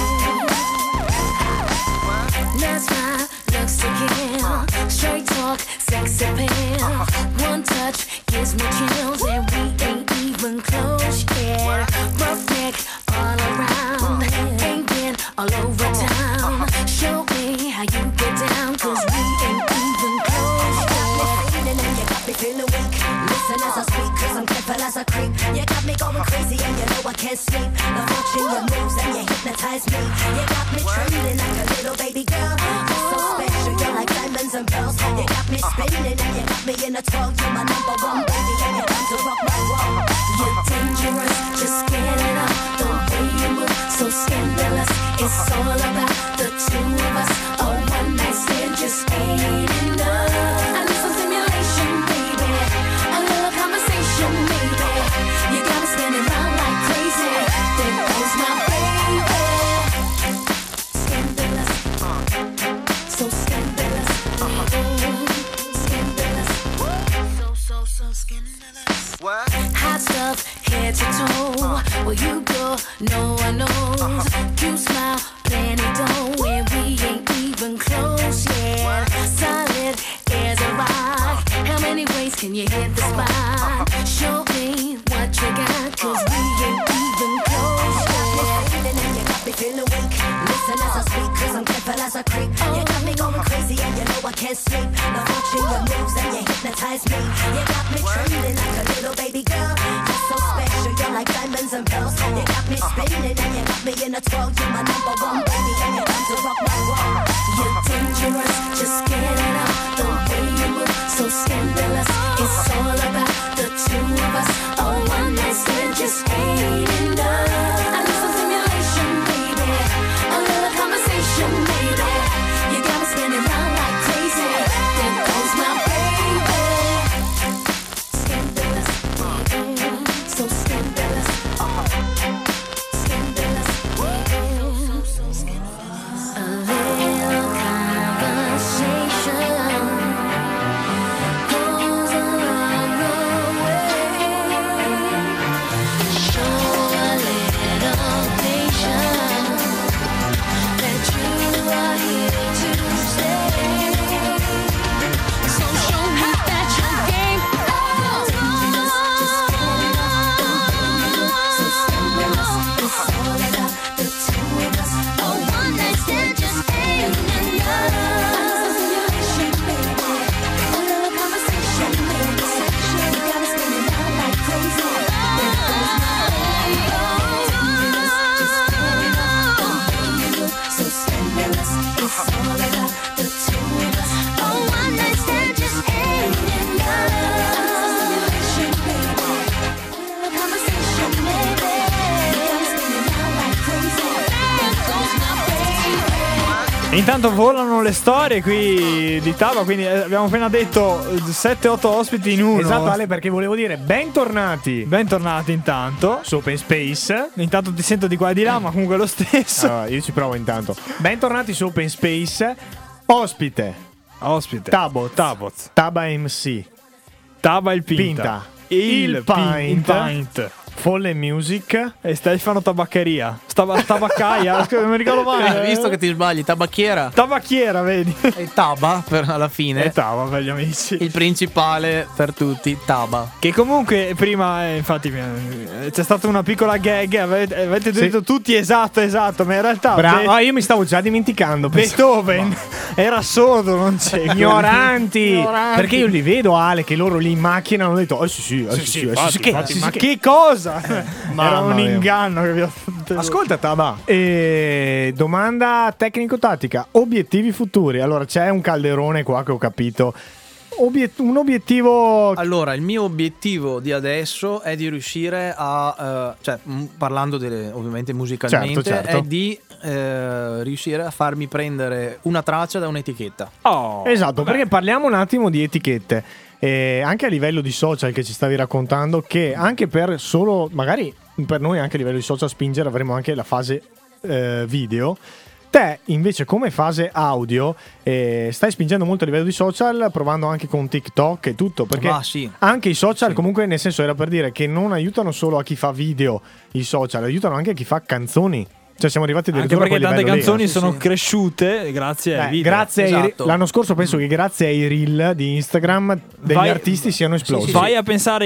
That's my looks to kill. Straight talk, sex appeal. One touch gives me chills, and we ain't even close yet. Rough neck all around, ain't been all over town. Show me how you get down, 'cause we ain't even close yet. And you got me feeling weak. Listen as I speak, 'cause I'm careful as a creep. You got me going crazy and you know I can't sleep. The watching your moves and you hypnotize me. You got me trembling like a little baby girl. You're so special, you're like diamonds and pearls. You got me spinning and you got me in a 12. You're my number one baby and you're bound to rock my world. You're dangerous, just get it up. The way you move, so scandalous. It's all about the two of us. A one night stand just ain't enough. I need some stimulation, baby. A little conversation, maybe. You got me spinning round like crazy. There goes my baby. Scandalous, so scandalous. Scandalous, so scandalous. Hot stuff, head to toe. Where you go, no one knows. Cute smile, plenty dough, and we ain't even close yet. Solid as a rock. How many ways can you hit the spot? Show me what you got, 'cause we ain't even close yet. You got me feeling weak. Listen as I speak, 'cause I'm careful as a creep. You got me going crazy and you know I can't sleep. The watching your moves and you hypnotize me. You got me trembling like a little baby girl. You're so special, you're like diamonds and pearls. You got me spinning and you got me in a 12. You're my number one baby and you're bound to rock my world. You're dangerous, just get it up. The way you move, so scandalous. It's all about the two of us. A one night stand just ain't enough. I need some stimulation, baby. A little conversation, baby. You got me spinning round like crazy. There goes my baby. Scandalous, so scandalous. Scandalous, so scandalous. Intanto volano le storie qui di Taba, quindi abbiamo appena detto 7-8 ospiti in uno. Esatto, Ale, perché volevo dire bentornati intanto su Open Space. Intanto ti sento di qua e di là, ma comunque è lo stesso. Allora, io ci provo intanto. Bentornati su Open Space. Ospite Tabot, Taba MC, Taba il Pinta, il Pint, Folle Music e Stefano Tabaccheria. Tabaccaia, non mi ricordo mai. Hai visto che ti sbagli? Tabacchiera Tabacchiera, vedi? e Taba alla fine. E Taba per gli amici. Il principale per tutti, Taba. Che comunque prima, infatti, c'è stata una piccola gag. Avete detto tutti esatto, ma in realtà bravo. Io mi stavo già dimenticando. Beethoven era sordo, non c'è. Ignoranti. Perché io li vedo, Ale, che loro lì in macchina hanno detto sì, ma che cosa? Era un mia. inganno che vi ho fatto. Ascolta Taba, domanda tecnico-tattica, obiettivi futuri. Allora c'è un calderone qua che ho capito. Un obiettivo. Allora, il mio obiettivo di adesso è di riuscire a parlando ovviamente musicalmente, certo. è di riuscire a farmi prendere una traccia da un'etichetta. Esatto, perché parliamo un attimo di etichette. Anche a livello di social che ci stavi raccontando, che anche per solo, magari per noi anche a livello di social spingere, avremo anche la fase video. Te invece come fase audio stai spingendo molto a livello di social, provando anche con TikTok e tutto, perché sì. Anche i social comunque, nel senso, era per dire che non aiutano solo a chi fa video i social, aiutano anche a chi fa canzoni. Cioè siamo arrivati anche addirittura perché a quel tante livello canzoni lì. sono cresciute grazie ai video. Grazie esatto. l'anno scorso penso che grazie ai reel di Instagram degli artisti siano esplosi. Vai a pensare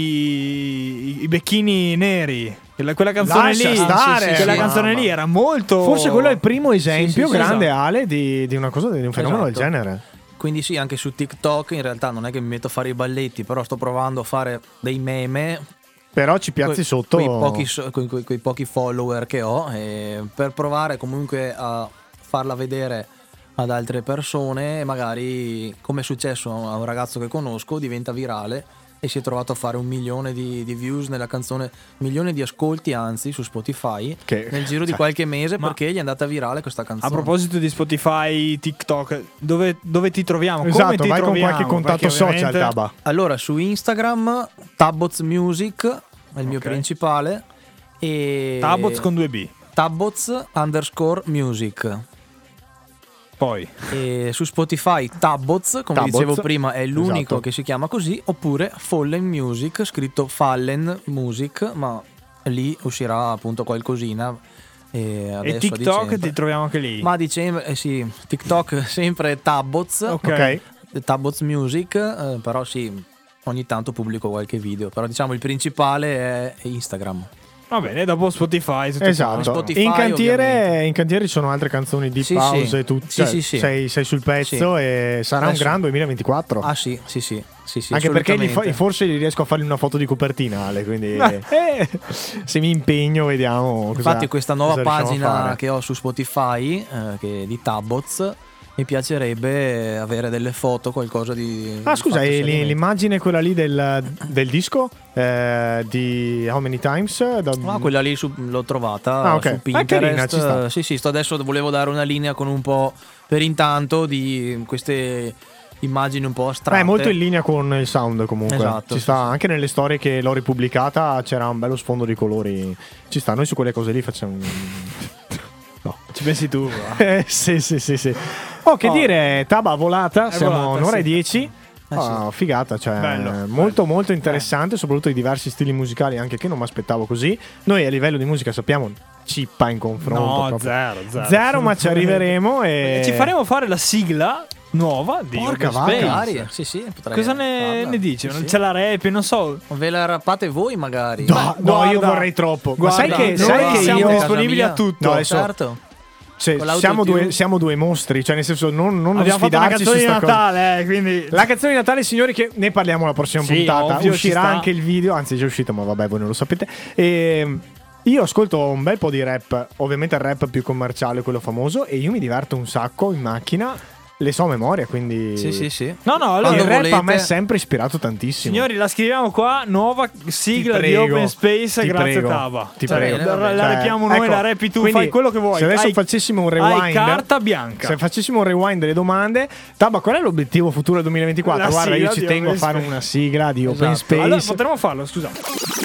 i becchini neri. Quella canzone Lascia lì, stare, quella sì. canzone lì era molto. Forse quello è il primo esempio sì, grande, esatto. Ale, di una cosa, di un fenomeno del Esatto. genere. Quindi sì, anche su TikTok in realtà non è che mi metto a fare i balletti, però sto provando a fare dei meme. Però ci piazzi sotto quei pochi follower che ho, per provare comunque a farla vedere ad altre persone, e magari, come è successo a un ragazzo che conosco, diventa virale e si è trovato a fare 1 milione di views nella canzone, 1 milione di ascolti anzi su Spotify nel giro di qualche mese, perché gli è andata virale questa canzone. A proposito di Spotify, TikTok, dove ti troviamo? Esatto, Come ti vai troviamo? con qualche contatto Perché social, ovviamente- Taba. Allora, su Instagram Tabots Music è il mio principale, e Tabots con 2B. Tabots_music. Poi E su Spotify Tabots, come Tabots, dicevo prima, è l'unico esatto. che si chiama così, oppure Fallen Music, scritto Fallen Music, ma lì uscirà appunto qualcosina. E adesso a TikTok dicembre. ti troviamo anche lì. Ma a dicembre, sì, TikTok sempre Tabots, Ok. Tabots Music, però sì, ogni tanto pubblico qualche video, però diciamo il principale è Instagram. Va bene, dopo Spotify. tutto Esatto. Spotify, in cantiere ovviamente. ci sono altre canzoni di Sì, pause sì. e tutto. Sì, Cioè, sì. Sei sul pezzo e sarà Adesso- un gran 2024. Ah sì, Anche perché assolutamente. forse riesco a fargli una foto di copertina, Ale, quindi se mi impegno vediamo cosa. Infatti questa nuova cosa riusciamo a pagina fare. che ho su Spotify, che è di Tabots, mi piacerebbe avere delle foto, qualcosa di... Ah, scusa, di fatto e seriamente. l'immagine quella lì del disco di How Many Times? Quella lì l'ho trovata Ah, ok. su È Pinterest. carina, ci sta. Sì, sto adesso volevo dare una linea con un po' per intanto di queste immagini un po' astratte. È molto in linea con il sound comunque. Esatto, Ci sì, sta sì. anche nelle storie che l'ho ripubblicata, c'era un bello sfondo di colori. Ci sta, noi su quelle cose lì facciamo. No. Ci pensi tu. va. Sì. Oh, che dire, Taba volata, siamo volata, un'ora sì. e 10. Figata, cioè Bello, molto interessante, soprattutto i diversi stili musicali, anche che non mi aspettavo così. Noi a livello di musica sappiamo cippa in confronto. No, proprio. 0, ma ci arriveremo e Ci faremo fare la sigla nuova di Porca Open vacca. Space. Magari, sì, potrei Cosa farla. ne dici? Sì. C'è la rap, non so. Ve la rappate voi magari? No, Guarda, io vorrei troppo. Ma Guarda, sai che noi siamo io disponibili a tutto. No, adesso- Certo. Cioè, Con l'autotune. siamo due mostri, cioè nel senso non Abbiamo fatto la sfidarci canzone su di sta cosa. Natale, quindi La canzone di Natale, signori, che ne parliamo la prossima Sì, puntata. ovvio, Uscirà ci sta. anche il video, anzi è già uscito, ma vabbè, voi non lo sapete. E io ascolto un bel po' di rap, ovviamente il rap più commerciale, quello famoso, e io mi diverto un sacco in macchina le so a memoria, quindi Sì. No, allora il Quando rap a me è volete. sempre ispirato tantissimo. signori, la scriviamo qua, nuova sigla Ti di prego, Open Space, ti grazie prego, Taba. ti Cioè, prego. la repiamo noi, ecco, la repi tu, quindi, fai quello che vuoi. Se adesso Hai- facessimo un hai rewind, carta bianca. Se facessimo un rewind delle domande, Taba, qual è l'obiettivo futuro del 2024? La Guarda, io sigla ci di tengo a Open fare Space. una sigla di Open Esatto. Space. Allora, potremmo farlo, scusate.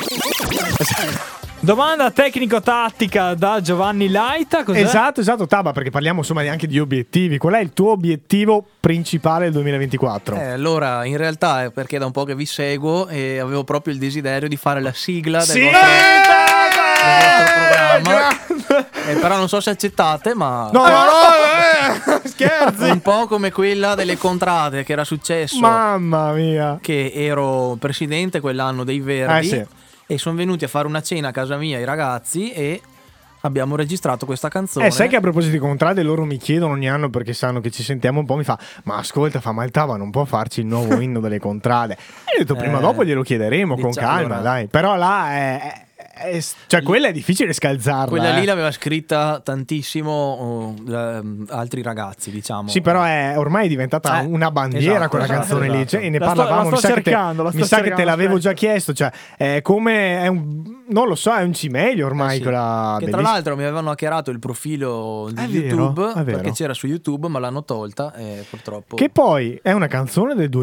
Domanda tecnico-tattica da Giovanni Laita. Cos'è? Esatto, Taba, perché parliamo insomma anche di obiettivi. Qual è il tuo obiettivo principale del 2024? Allora, in realtà è perché da un po' che vi seguo e avevo proprio il desiderio di fare la sigla del Sì! vostro programma. Però non so se accettate, ma No, scherzi! un po' come quella delle contrade che era successo. Mamma mia. Che ero presidente quell'anno dei Verdi Sì. e sono venuti a fare una cena a casa mia i ragazzi e abbiamo registrato questa canzone. Sai che a proposito di contrade loro mi chiedono ogni anno perché sanno che ci sentiamo un po', mi fa ma ascolta, ma il Tava non può farci il nuovo inno delle contrade. E io ho detto prima o dopo glielo chiederemo con diciamo, calma, allora. dai. Però là cioè quella è difficile scalzarla. Quella lì l'aveva scritta tantissimo altri ragazzi, diciamo. Sì, però ormai è diventata una bandiera esatto, quella canzone lì. Cioè, ne La sto- parlavamo. la sto cercando, mi sa che te l'avevo già chiesto. Cioè, è come non lo so, è un cimelio ormai Sì. quella. Che tra bellissima. l'altro mi avevano hackerato il profilo di È vero, YouTube è vero. perché c'era su YouTube, ma l'hanno tolta e purtroppo. Che poi è una canzone del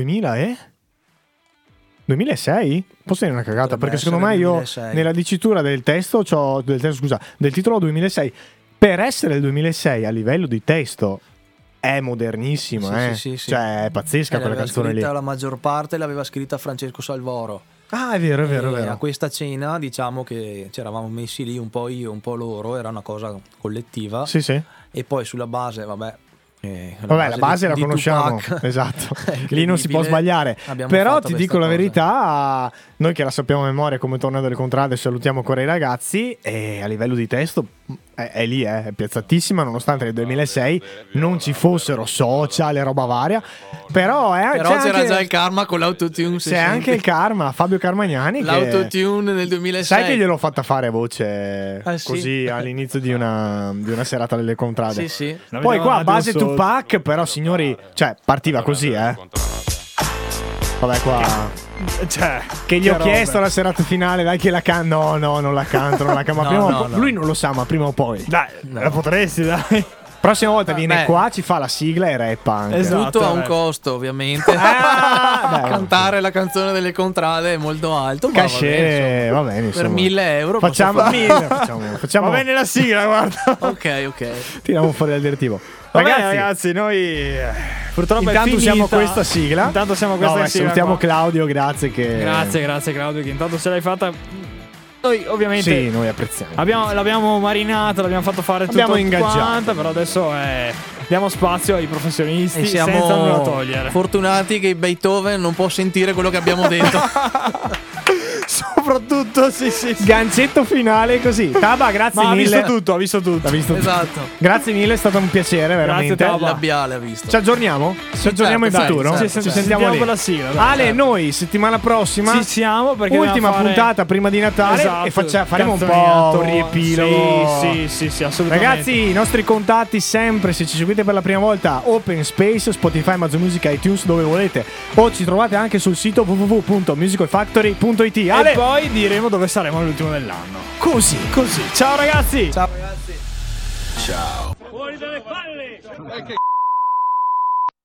2006? Posso dire una cagata? Potrebbe Perché secondo me essere io 2006. nella dicitura del testo, del titolo 2006. Per essere il 2006 a livello di testo è modernissimo, Sì. Cioè è pazzesca quella l'aveva canzone lì. scritta, la maggior parte l'aveva scritta Francesco Salvoro. Ah, è vero, è vero, è E vero. a questa cena, diciamo che ci eravamo messi lì un po' io, un po' loro, era una cosa collettiva. Sì, sì. E poi sulla base, vabbè. La base la di conosciamo, Tupac. esatto. È Lì non si può incredibile. sbagliare. Abbiamo Però fatto ti questa dico la cosa. verità, noi che la sappiamo a memoria come Tornado delle Contrade, salutiamo ancora i ragazzi. E a livello di testo è lì, è piazzatissima, nonostante nel 2006 non ci fossero social e roba varia. Però, Però c'è c'era anche, già il karma con l'autotune. c'è anche il karma, Fabio Carmagnani. L'autotune nel 2006. Sai che gliel'ho fatta fare voce Ah, sì? così all'inizio di una serata delle Contrade. Sì. Poi qua base Tupac, però signori, cioè partiva così, Vabbè, qua Cioè, che gli ho che chiesto roba. la serata finale, dai che la canto. No, non la canto, ma prima o no, poi- no. lui non lo sa, ma prima o poi. Dai, la potresti, dai. Prossima volta viene beh. qua, ci fa la sigla e rappa anche. Esatto. Tutto a un vabbè. costo, ovviamente. Dai, Cantare la canzone delle contrade è molto alto. Ma va bene, Cachet, va bene, insomma. insomma. Per 1.000 euro Facciamo posso 1000, facciamo Va bene la sigla, guarda. Ok. tiriamo fuori dal direttivo. Vabbè, Ragazzi, ragazzi, noi purtroppo è intanto finita. siamo a questa sigla. Intanto siamo a questa No, sigla. salutiamo qua. Claudio, grazie che Grazie Claudio, che intanto ce l'hai fatta. Noi ovviamente Sì, noi apprezziamo. l'abbiamo marinata, l'abbiamo fatto fare tutto Abbiamo ingaggiato. quanto, però adesso diamo spazio ai professionisti E senza nulla siamo togliere. fortunati che Beethoven non può sentire quello che abbiamo detto. Soprattutto sì. Gancetto finale così. Taba, grazie Ma ha mille. visto tutto, ha visto tutto. L'ha visto tutto. Esatto. Grazie mille, è stato un piacere, veramente. Taba. Il labiale ha visto. Ci aggiorniamo? Ci aggiorniamo certo, in futuro? dai, Ci Ci sentiamo lì. per la sigla, dai. Ale, noi settimana prossima Ci siamo perché ultima dobbiamo fare- puntata prima di Natale Esatto, e faremo un canzoni po' un attorno. riepilogo. Sì, assolutamente. Ragazzi, i nostri contatti sempre, se ci seguite per la prima volta, Open Space, Spotify, Amazon Music, iTunes, dove volete. O ci trovate anche sul sito www.musicalfactory.it. E Ale, poi diremo dove saremo all'ultimo dell'anno. così. Ciao ragazzi. Ciao. Fuori dalle palle!